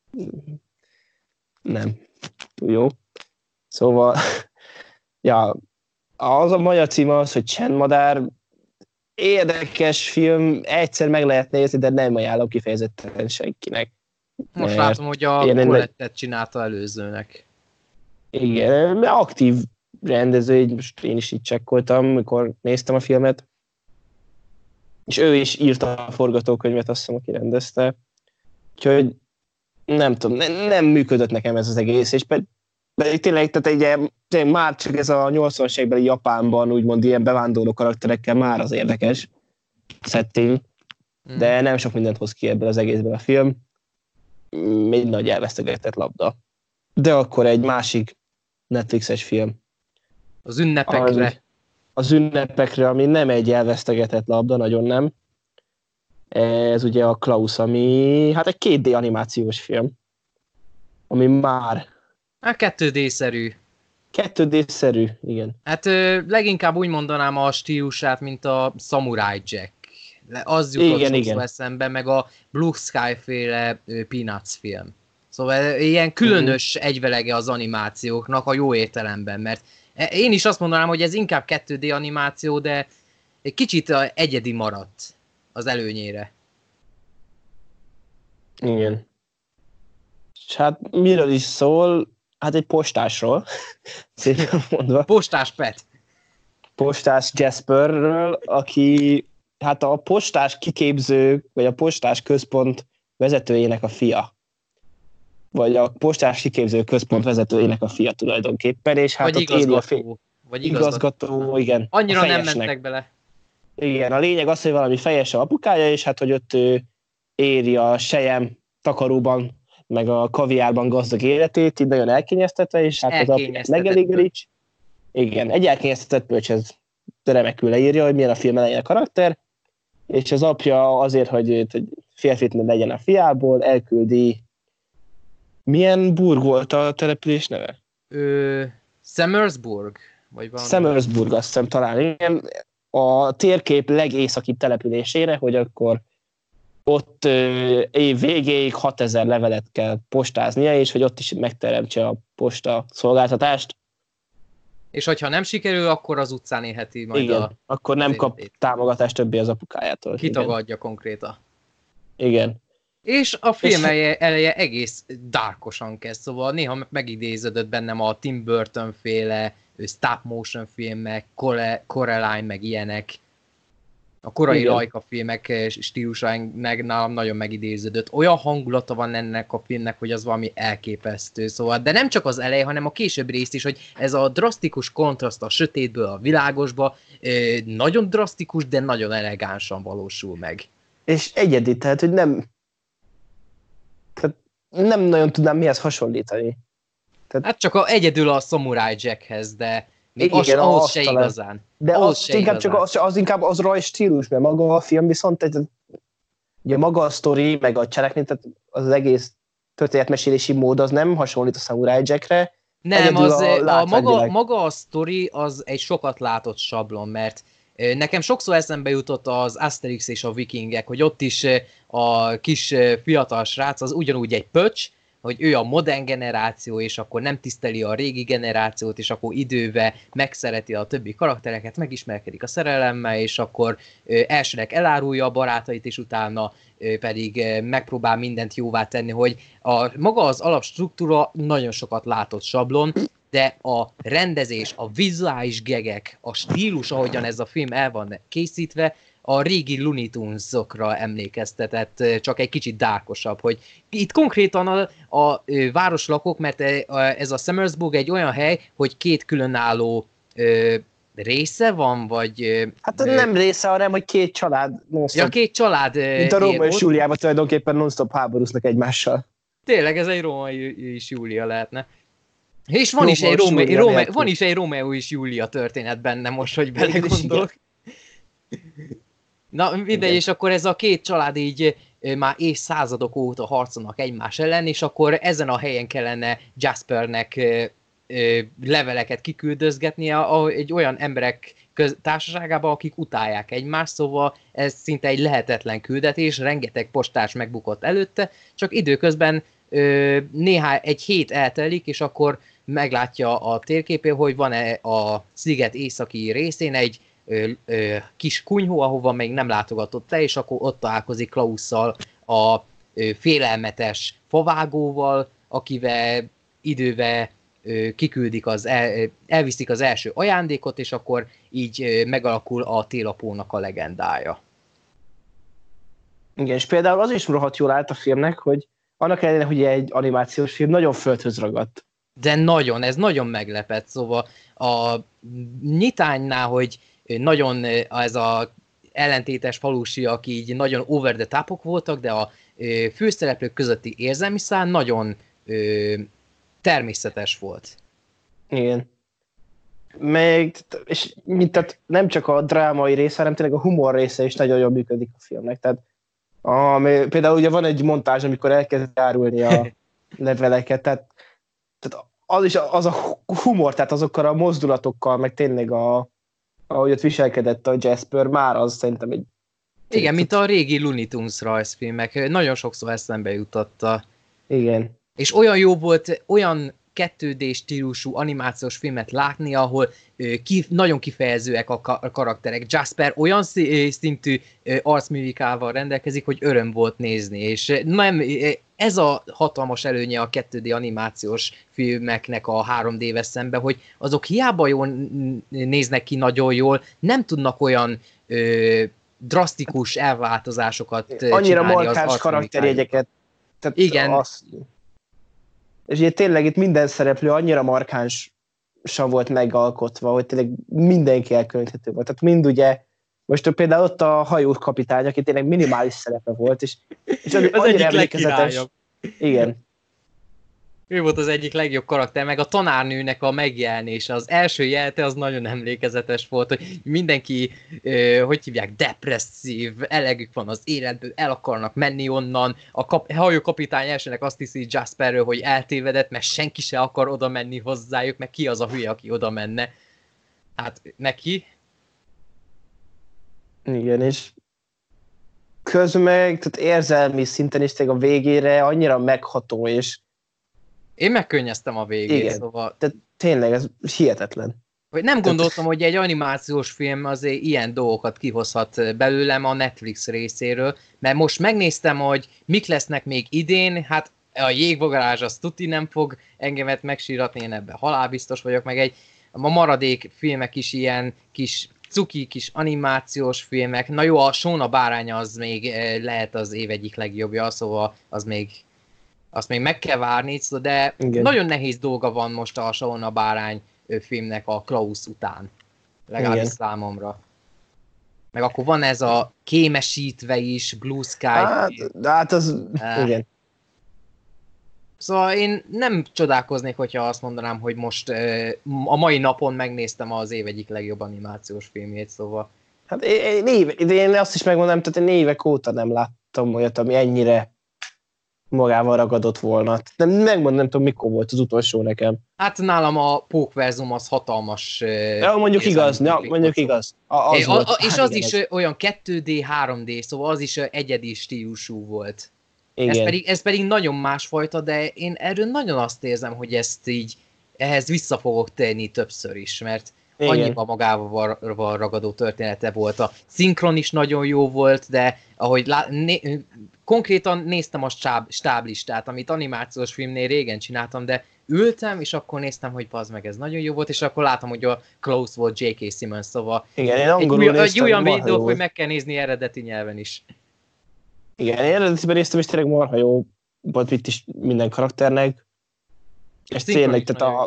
nem jó. Szóval, ja, az a magyar címe az, hogy Csendmadár. Érdekes film, egyszer meg lehet nézni, de nem ajánlom kifejezetten senkinek. Most látom, hogy a Colettet csinálta előzőnek. Igen, aktív rendező, most én is így csekkoltam, amikor néztem a filmet. És ő is írta a forgatókönyvet, azt hiszem, aki rendezte. Úgyhogy nem tudom, nem működött nekem ez az egész, és pedig tényleg, tehát tényleg már csak ez a 80-as évekbeli Japánban úgymond ilyen bevándorló karakterekkel már az érdekes setting, de nem sok mindent hoz ki ebből az egészben a film. Egy nagy elvesztegetett labda. De akkor egy másik Netflixes film. Az ünnepekre. Az ünnepekre, ami nem egy elvesztegetett labda, nagyon nem. Ez ugye a Klaus, ami hát egy 2D animációs film, ami már... Hát 2D-szerű. 2D-szerű, igen. Hát leginkább úgy mondanám a stílusát, mint a Samurai Jack. Az jutott sokszor eszembe, meg a Blue Sky-féle Peanuts film. Szóval ilyen különös egyvelege az animációknak a jó értelemben, mert én is azt mondanám, hogy ez inkább 2D animáció, de egy kicsit egyedi maradt az előnyére. Igen. És hát miről is szól? Hát egy postásról, szépen mondva. Postás Pet. Postás Jasperről, aki hát a postás kiképző, vagy a postás központ vezetőjének a fia. vagy a postás kiképző központ vezetőjének a fia tulajdonképpen, és hát vagy ott éli a igazgató. igen, Annyira a nem fejesnek. mentek bele. Igen, a lényeg az, hogy valami fejes a apukája, és hát, hogy ott ő éri a sejem takaróban, meg a kaviárban gazdag életét, így nagyon elkényeztetve, és hát az apját megelégedíts. Igen, egy elkényeztetett bölcs, ez remekül leírja, hogy milyen a film elején a karakter, és az apja azért, hogy férfit ne legyen a fiából, elküldi. Milyen burg volt a település neve? Summersburg? Vagy valami? Summersburg, azt hiszem talán. Igen, a térkép legészakibb településére, hogy akkor ott év végéig 6000 levelet kell postáznia, és hogy ott is megteremtse a posta szolgáltatást. És hogyha nem sikerül, akkor az utcán élheti majd. Igen, akkor nem kap támogatást többé az apukájától. Kitagadja konkrétan. Igen. És a film eleje egész darkosan kezd, szóval néha megidéződött bennem a Tim Burton féle stop motion filmek, Coraline, meg ilyenek. A korai Laika filmek stílusa nálam nagyon megidéződött. Olyan hangulata van ennek a filmnek, hogy az valami elképesztő. Szóval, de nem csak az eleje, hanem a később részt is, hogy ez a drasztikus kontraszt a sötétből a világosba nagyon drasztikus, de nagyon elegánsan valósul meg. És egyedi, tehát, hogy nem nagyon tudnám mihez hasonlítani. Tehát... Hát csak egyedül a Samurai Jackhez, de még ahhoz se igazán. De az inkább az rajz stílus, mert maga a film viszont ugye maga a sztori, meg a cselekmény, tehát az egész történetmesélési mód az nem hasonlít a Samurai Jackre. Nem, maga a sztori az egy sokat látott sablon, mert nekem sokszor eszembe jutott az Asterix és a Vikingek, hogy ott is a kis fiatal srác az ugyanúgy egy pöcs, hogy ő a modern generáció, és akkor nem tiszteli a régi generációt, és akkor idővel megszereti a többi karaktereket, megismerkedik a szerelemmel, és akkor elsőnek elárulja a barátait, és utána pedig megpróbál mindent jóvá tenni, hogy maga az alapstruktúra nagyon sokat látott sablon, de a rendezés, a vizuális gegek, a stílus, ahogyan ez a film el van készítve, a régi Looney Tunes-okra emlékeztetett, csak egy kicsit dárkosabb, hogy itt konkrétan a városlakók, mert ez a Summersburg egy olyan hely, hogy két különálló része van, vagy... Hát nem része, hanem, hogy két család non-stop. Ja, két család mint a Róma és Júliában tulajdonképpen non-stop háborúznak egymással. Tényleg, ez egy Róma és Júlia lehetne. és van is egy Romeo és Júlia történet benne most, hogy belegondolok. Na, mindegy, és akkor ez a két család így már évszázadok óta harcolnak egymás ellen, és akkor ezen a helyen kellene Jaspernek leveleket kiküldözgetnie egy olyan emberek társaságában, akik utálják egymást, szóval ez szinte egy lehetetlen küldetés, rengeteg postás megbukott előtte, csak időközben egy hét eltelik, és akkor meglátja a térképén, hogy van-e a sziget északi részén egy kis kunyhó, ahova még nem látogatott le, és akkor ott találkozik Klausszal, a félelmetes favágóval, akivel idővel kiküldik elviszik az első ajándékot, és akkor így megalakul a télapónak a legendája. Igen, és például az is rohadt jól állt a filmnek, hogy annak ellenére, hogy egy animációs film nagyon földhöz ragadt. De nagyon, ez nagyon meglepett, szóval a nyitánynál, hogy nagyon ez a ellentétes falusiak így nagyon over the topok voltak, de a főszereplők közötti érzelmi szál nagyon természetes volt. Igen. És tehát nem csak a drámai része, hanem tényleg a humor része is nagyon jól működik a filmnek. Tehát például ugye van egy montázs, amikor elkezd árulni a leveleket, tehát az a humor, tehát azokkal a mozdulatokkal, meg tényleg ahogy ott viselkedett a Jasper, már az szerintem egy... Igen, mint a régi Looney Tunes rajzfilmek, nagyon sokszor eszembe jutotta. Igen. És olyan jó volt, olyan 2D stílusú animációs filmet látni, ahol nagyon kifejezőek a karakterek. Jasper olyan szintű arcmimikával rendelkezik, hogy öröm volt nézni, és nem, ez a hatalmas előnye a 2D animációs filmeknek a 3D-vel szemben, hogy azok hiába jól néznek ki nagyon jól, nem tudnak olyan drasztikus elváltozásokat annyira csinálni. Annyira markáns karakterjegyeket. Igen. És ugye tényleg itt minden szereplő annyira markánsan volt megalkotva, hogy tényleg mindenki elkülöníthető volt. Tehát mind ugye, most például ott a hajókapitány, aki tényleg minimális szerepe volt, és az egyik legkirályabb. Igen. Ő volt az egyik legjobb karakter, meg a tanárnőnek a megjelenése. Az első jelte az nagyon emlékezetes volt, hogy mindenki, hogy hívják, depresszív, elegük van az életből, el akarnak menni onnan. A hajókapitány elsőnek azt hiszi Jasperről, hogy eltévedett, mert senki se akar oda menni hozzájuk, meg ki az a hülye, aki oda menne. Hát neki. Igen, és közben meg, tehát érzelmi szinten is tényleg a végére annyira megható, és én megkönnyeztem a végét, igen, szóval... tehát tényleg ez hihetetlen. Hogy nem gondoltam, hogy egy animációs film azért ilyen dolgokat kihozhat belőlem a Netflix részéről, mert most megnéztem, hogy mik lesznek még idén, hát a Jégvarázs az tuti nem fog engemet megsíratni, én ebben halálbiztos vagyok, meg a maradék filmek is ilyen kis cuki kis animációs filmek. Na jó, a Sóna báránya az még lehet az év egyik legjobbja, szóval azt még meg kell várni, de igen. Nagyon nehéz dolga van most a Sóna bárány filmnek a Klaus után. Legalábbis igen. Számomra. Meg akkor van ez a kémesítve is, Blue Sky. Hát az... igen. Szóval én nem csodálkoznék, hogyha azt mondanám, hogy most a mai napon megnéztem az év egyik legjobb animációs filmjét, szóval... Hát én azt is megmondom, tehát én évek óta nem láttam olyat, ami ennyire magával ragadott volna. Megmondom, nem tudom, mikor volt az utolsó nekem. Hát nálam a Pókverzum az hatalmas... Ja, mondjuk igaz, mondjuk igaz. És az is olyan 2D, 3D, szóval az is egyedi stílusú volt. Ez pedig nagyon másfajta, de én erről nagyon azt érzem, hogy ezt így, ehhez vissza fogok térni többször is, mert annyiba magával ragadó története volt. A szinkron is nagyon jó volt, de ahogy konkrétan néztem a stáblistát, amit animációs filmnél régen csináltam, de ültem, és akkor néztem, hogy bazd meg, ez nagyon jó volt, és akkor látom, hogy a Close volt J.K. Simmons, szóval igen, én angolul néztem, egy olyan videó, hogy meg kell nézni eredeti nyelven is. Igen, én eredetiben néztem, és tényleg marha jó volt itt is minden karakternek. És tényleg,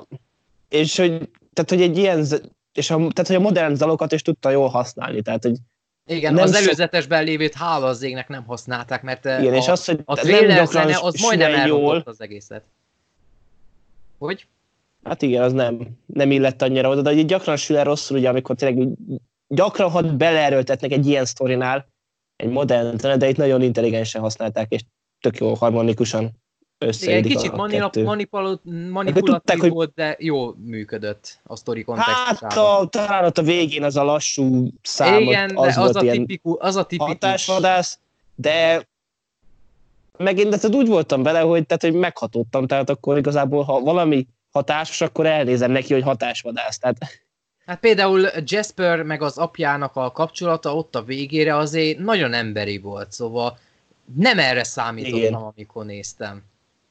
hogy egy ilyen, tehát hogy a modern zalokat is tudta jól használni, tehát hogy igen, az előzetesben lévőt hála az égnek nem használták, mert igen, és az, hogy a trailer zene az majdnem elrontott az egészet. Hogy? Hát igen, az nem illett annyira oda, de így gyakran sül el rosszul, ugye, amikor tényleg gyakran, ha beleerőltetnek egy ilyen sztorinál, egy modern zene, de itt nagyon intelligensen használták, és tök jó harmonikusan összeédik. Igen, kicsit manipulatív volt, de jó működött a sztori kontextusában. Hát talán ott a végén az a lassú szám, igen, az de volt az ilyen a tipikus hatásvadász, de megint úgy voltam vele, hogy meghatódtam, tehát akkor igazából, ha valami hatásos, akkor elnézem neki, hogy hatásvadász. Tehát... Hát például Jasper meg az apjának a kapcsolata ott a végére azért nagyon emberi volt, szóval nem erre számítottam, amikor néztem.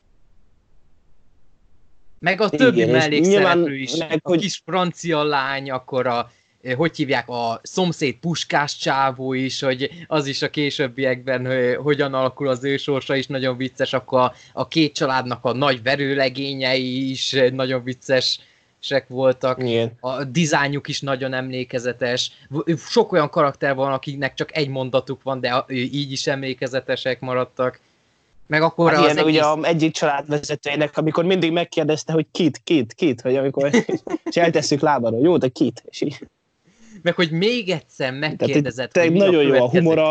Meg a többi mellékszereplő is, a kis francia lány, akkor hogy hívják, a szomszéd puskás csávó is, hogy az is a későbbiekben hogyan alakul az ő sorsa is nagyon vicces, akkor a két családnak a nagy verőlegényei is nagyon viccesek voltak. Igen. A dizájnjuk is nagyon emlékezetes. Sok olyan karakter van, akiknek csak egy mondatuk van, de így is emlékezetesek maradtak. Meg akkor az egész... ugye egyik családvezetőjének, amikor mindig megkérdezte, hogy kit, hogy amikor és eltesszük lábáról, jó, de kit, és így. Meg hogy még egyszer megkérdezett, hogy nagyon jó a humora.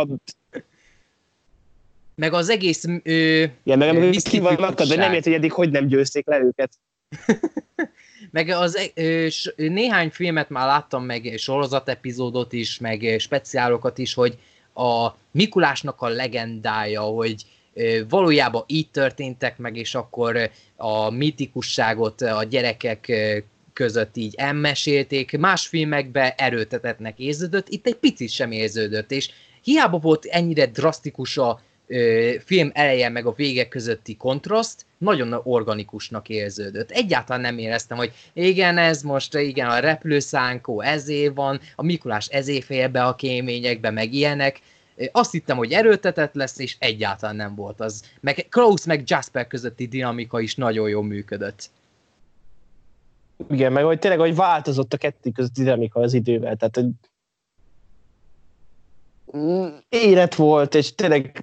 Meg az egész meg amikor ki vannak, de nem ért, hogy eddig hogy nem győzték le őket. Meg néhány filmet már láttam, meg sorozatepizódot is, meg speciálokat is, hogy a Mikulásnak a legendája, hogy valójában így történtek meg, és akkor a mitikusságot a gyerekek között így elmesélték, más filmekben erőltetettnek érződött, itt egy picit sem érződött, és hiába volt ennyire drasztikus a film eleje meg a vége közötti kontraszt, nagyon organikusnak érződött. Egyáltalán nem éreztem, hogy igen, ez most, igen, a repülőszánkó ezé van, a Mikulás ezé fél be a kéményekbe, meg ilyenek. Azt hittem, hogy erőltetett lesz, és egyáltalán nem volt az. Meg Klaus meg Jasper közötti dinamika is nagyon jól működött. Igen, meg hogy tényleg, hogy változott a kettő közötti dinamika az idővel, tehát hogy élet volt, és tényleg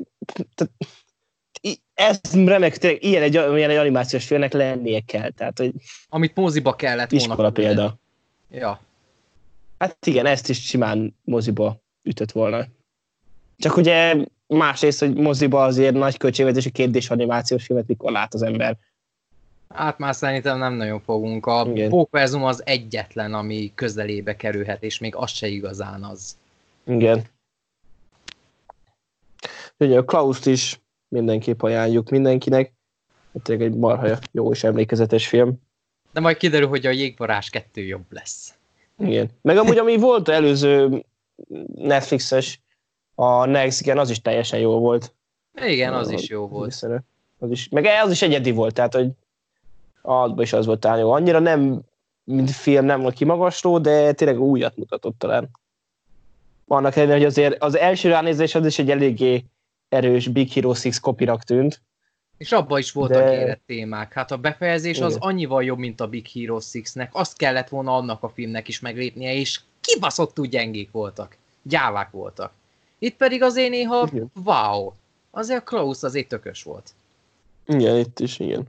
ez remek, tényleg ilyen egy animációs filmnek lennie kell, tehát hogy amit moziba kellett volna. Iskola példa. Ja. Hát igen, ezt is simán moziba ütött volna. Csak ugye másrészt, hogy moziba azért nagy költségvetési 2D-s animációs filmet mikor lát az ember. Hát már szerintem nem nagyon fogunk. A Pókverzum az egyetlen, ami közelébe kerülhet, és még az se igazán az. Igen. Ugye a Klaust is mindenképp ajánljuk mindenkinek. Tényleg egy marha jó és emlékezetes film. De majd kiderül, hogy a Jégvarázs 2 jobb lesz. Igen. Meg amúgy, ami volt előző Netflixes, a Next Gen, az is teljesen jó volt. Igen, az is jó volt. Meg az is egyedi volt, tehát, hogy abban is az volt jó. Annyira nem, mint film, nem volt kimagasló, de tényleg újat mutatott talán. Annak ellenére, hogy azért az első ránézés az is egy eléggé erős Big Hero 6 kopinak tűnt. És abban is voltak érett témák. Hát a befejezés az annyival jobb, mint a Big Hero 6-nek. Azt kellett volna annak a filmnek is meglépnie, és kibaszottul gyengék voltak. Gyávák voltak. Itt pedig azért néha wow. Azért a Klaus azért tökös volt. Igen, itt is, igen.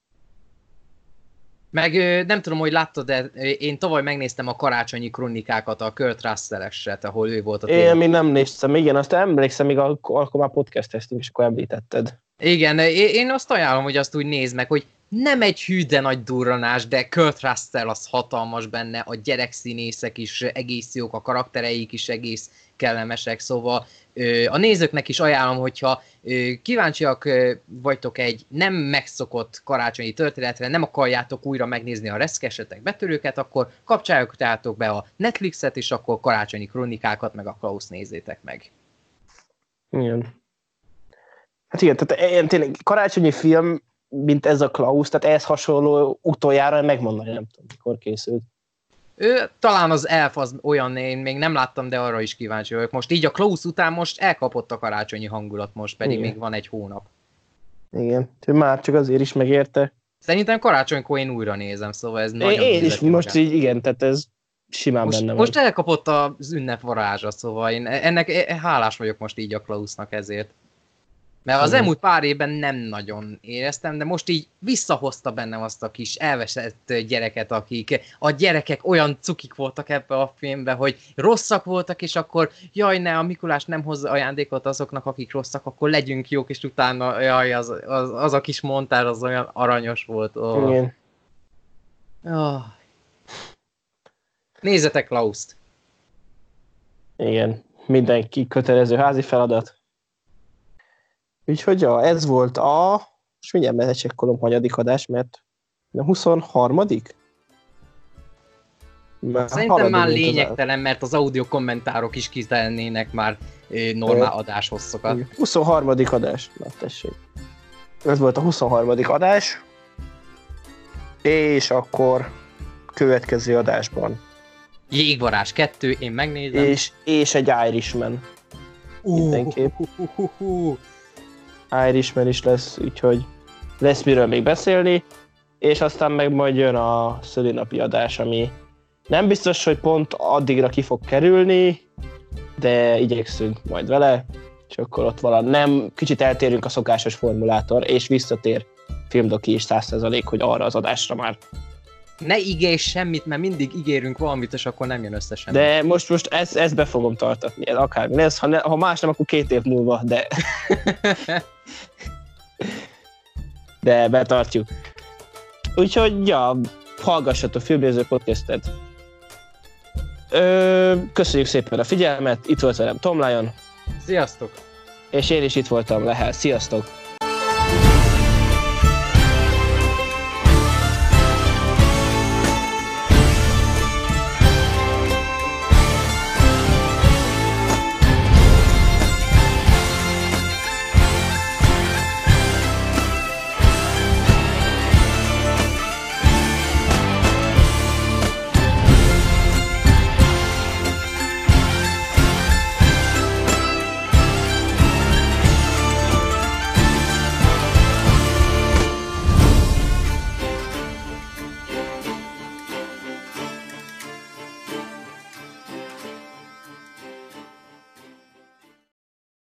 Meg nem tudom, hogy láttad, de én tavaly megnéztem a Karácsonyi Kronikákat, a Kurt Russell-eset, ahol ő volt a téma. Én még nem néztem, igen, azt emlékszem, még akkor már podcasteztünk, és akkor említetted. Igen, én azt ajánlom, hogy azt úgy nézd meg, hogy nem egy hű, de nagy durranás, de Kurt Russell az hatalmas benne, a gyerekszínészek is egész jók, a karaktereik is egész kellemesek, szóval a nézőknek is ajánlom, hogyha kíváncsiak vagytok egy nem megszokott karácsonyi történetre, nem akarjátok újra megnézni a reszkesetek betörőket, akkor kapcsoljátok be a Netflixet, és akkor Karácsonyi Kronikákat, meg a Klaus nézzétek meg. Igen. Hát igen, tehát tényleg karácsonyi film, mint ez a Klaus, tehát ehhez hasonló utoljára megmondani, nem tudom, mikor készült. Talán az Elf az olyan, én még nem láttam, de arra is kíváncsi vagyok. Most így a Klaus után most elkapott a karácsonyi hangulat, most pedig még van egy hónap. Igen, már csak azért is megérte. Szerintem karácsonykor én újra nézem, szóval ez nagyon... Én is most így, igen, tehát ez simán benne van. Most elkapott az ünnep varázsa, szóval én ennek hálás vagyok most így a Klausnak ezért. Mert az elmúlt pár évben nem nagyon éreztem, de most így visszahozta bennem azt a kis elveszett gyereket, akik a gyerekek olyan cukik voltak ebbe a filmbe, hogy rosszak voltak, és akkor jaj, ne, a Mikulás nem hozza ajándékot azoknak, akik rosszak, akkor legyünk jók, és utána jaj, az a kis montár az olyan aranyos volt. Oh. Igen. Oh. Nézzetek Klaust! Igen, mindenki kötelező házi feladat. Úgyhogy ja, ez volt és mindjárt megcsekkolom hanyadik adás, mert a 23. Szerintem már lényegtelen, mert az audio kommentárok is kitennének már normál adáshosszokat. 23. adás, na tessék. Ez volt a 23. adás, és akkor következő adásban. Jégvarázs 2, én megnézem. És egy Irishman. Mindenképp. Irishman is lesz, úgyhogy lesz miről még beszélni, és aztán meg majd jön a szülinapi adás, ami nem biztos, hogy pont addigra ki fog kerülni, de igyekszünk majd vele, és akkor ott valami nem, kicsit eltérünk a szokásos formulátor, és visszatér Filmdoki is 100%, hogy arra az adásra már. Ne ígérj semmit, mert mindig ígérünk valamit, és akkor nem jön össze semmi. De most ezt be fogom tartatni, ez akármi lesz, ha más nem, akkor 2 év múlva, de... de betartjuk. Úgyhogy, ja, hallgassatok Filmnéző podcastet. Köszönjük szépen a figyelmet, itt volt velem Tom Lion. Sziasztok! És én is itt voltam Lehel. Sziasztok!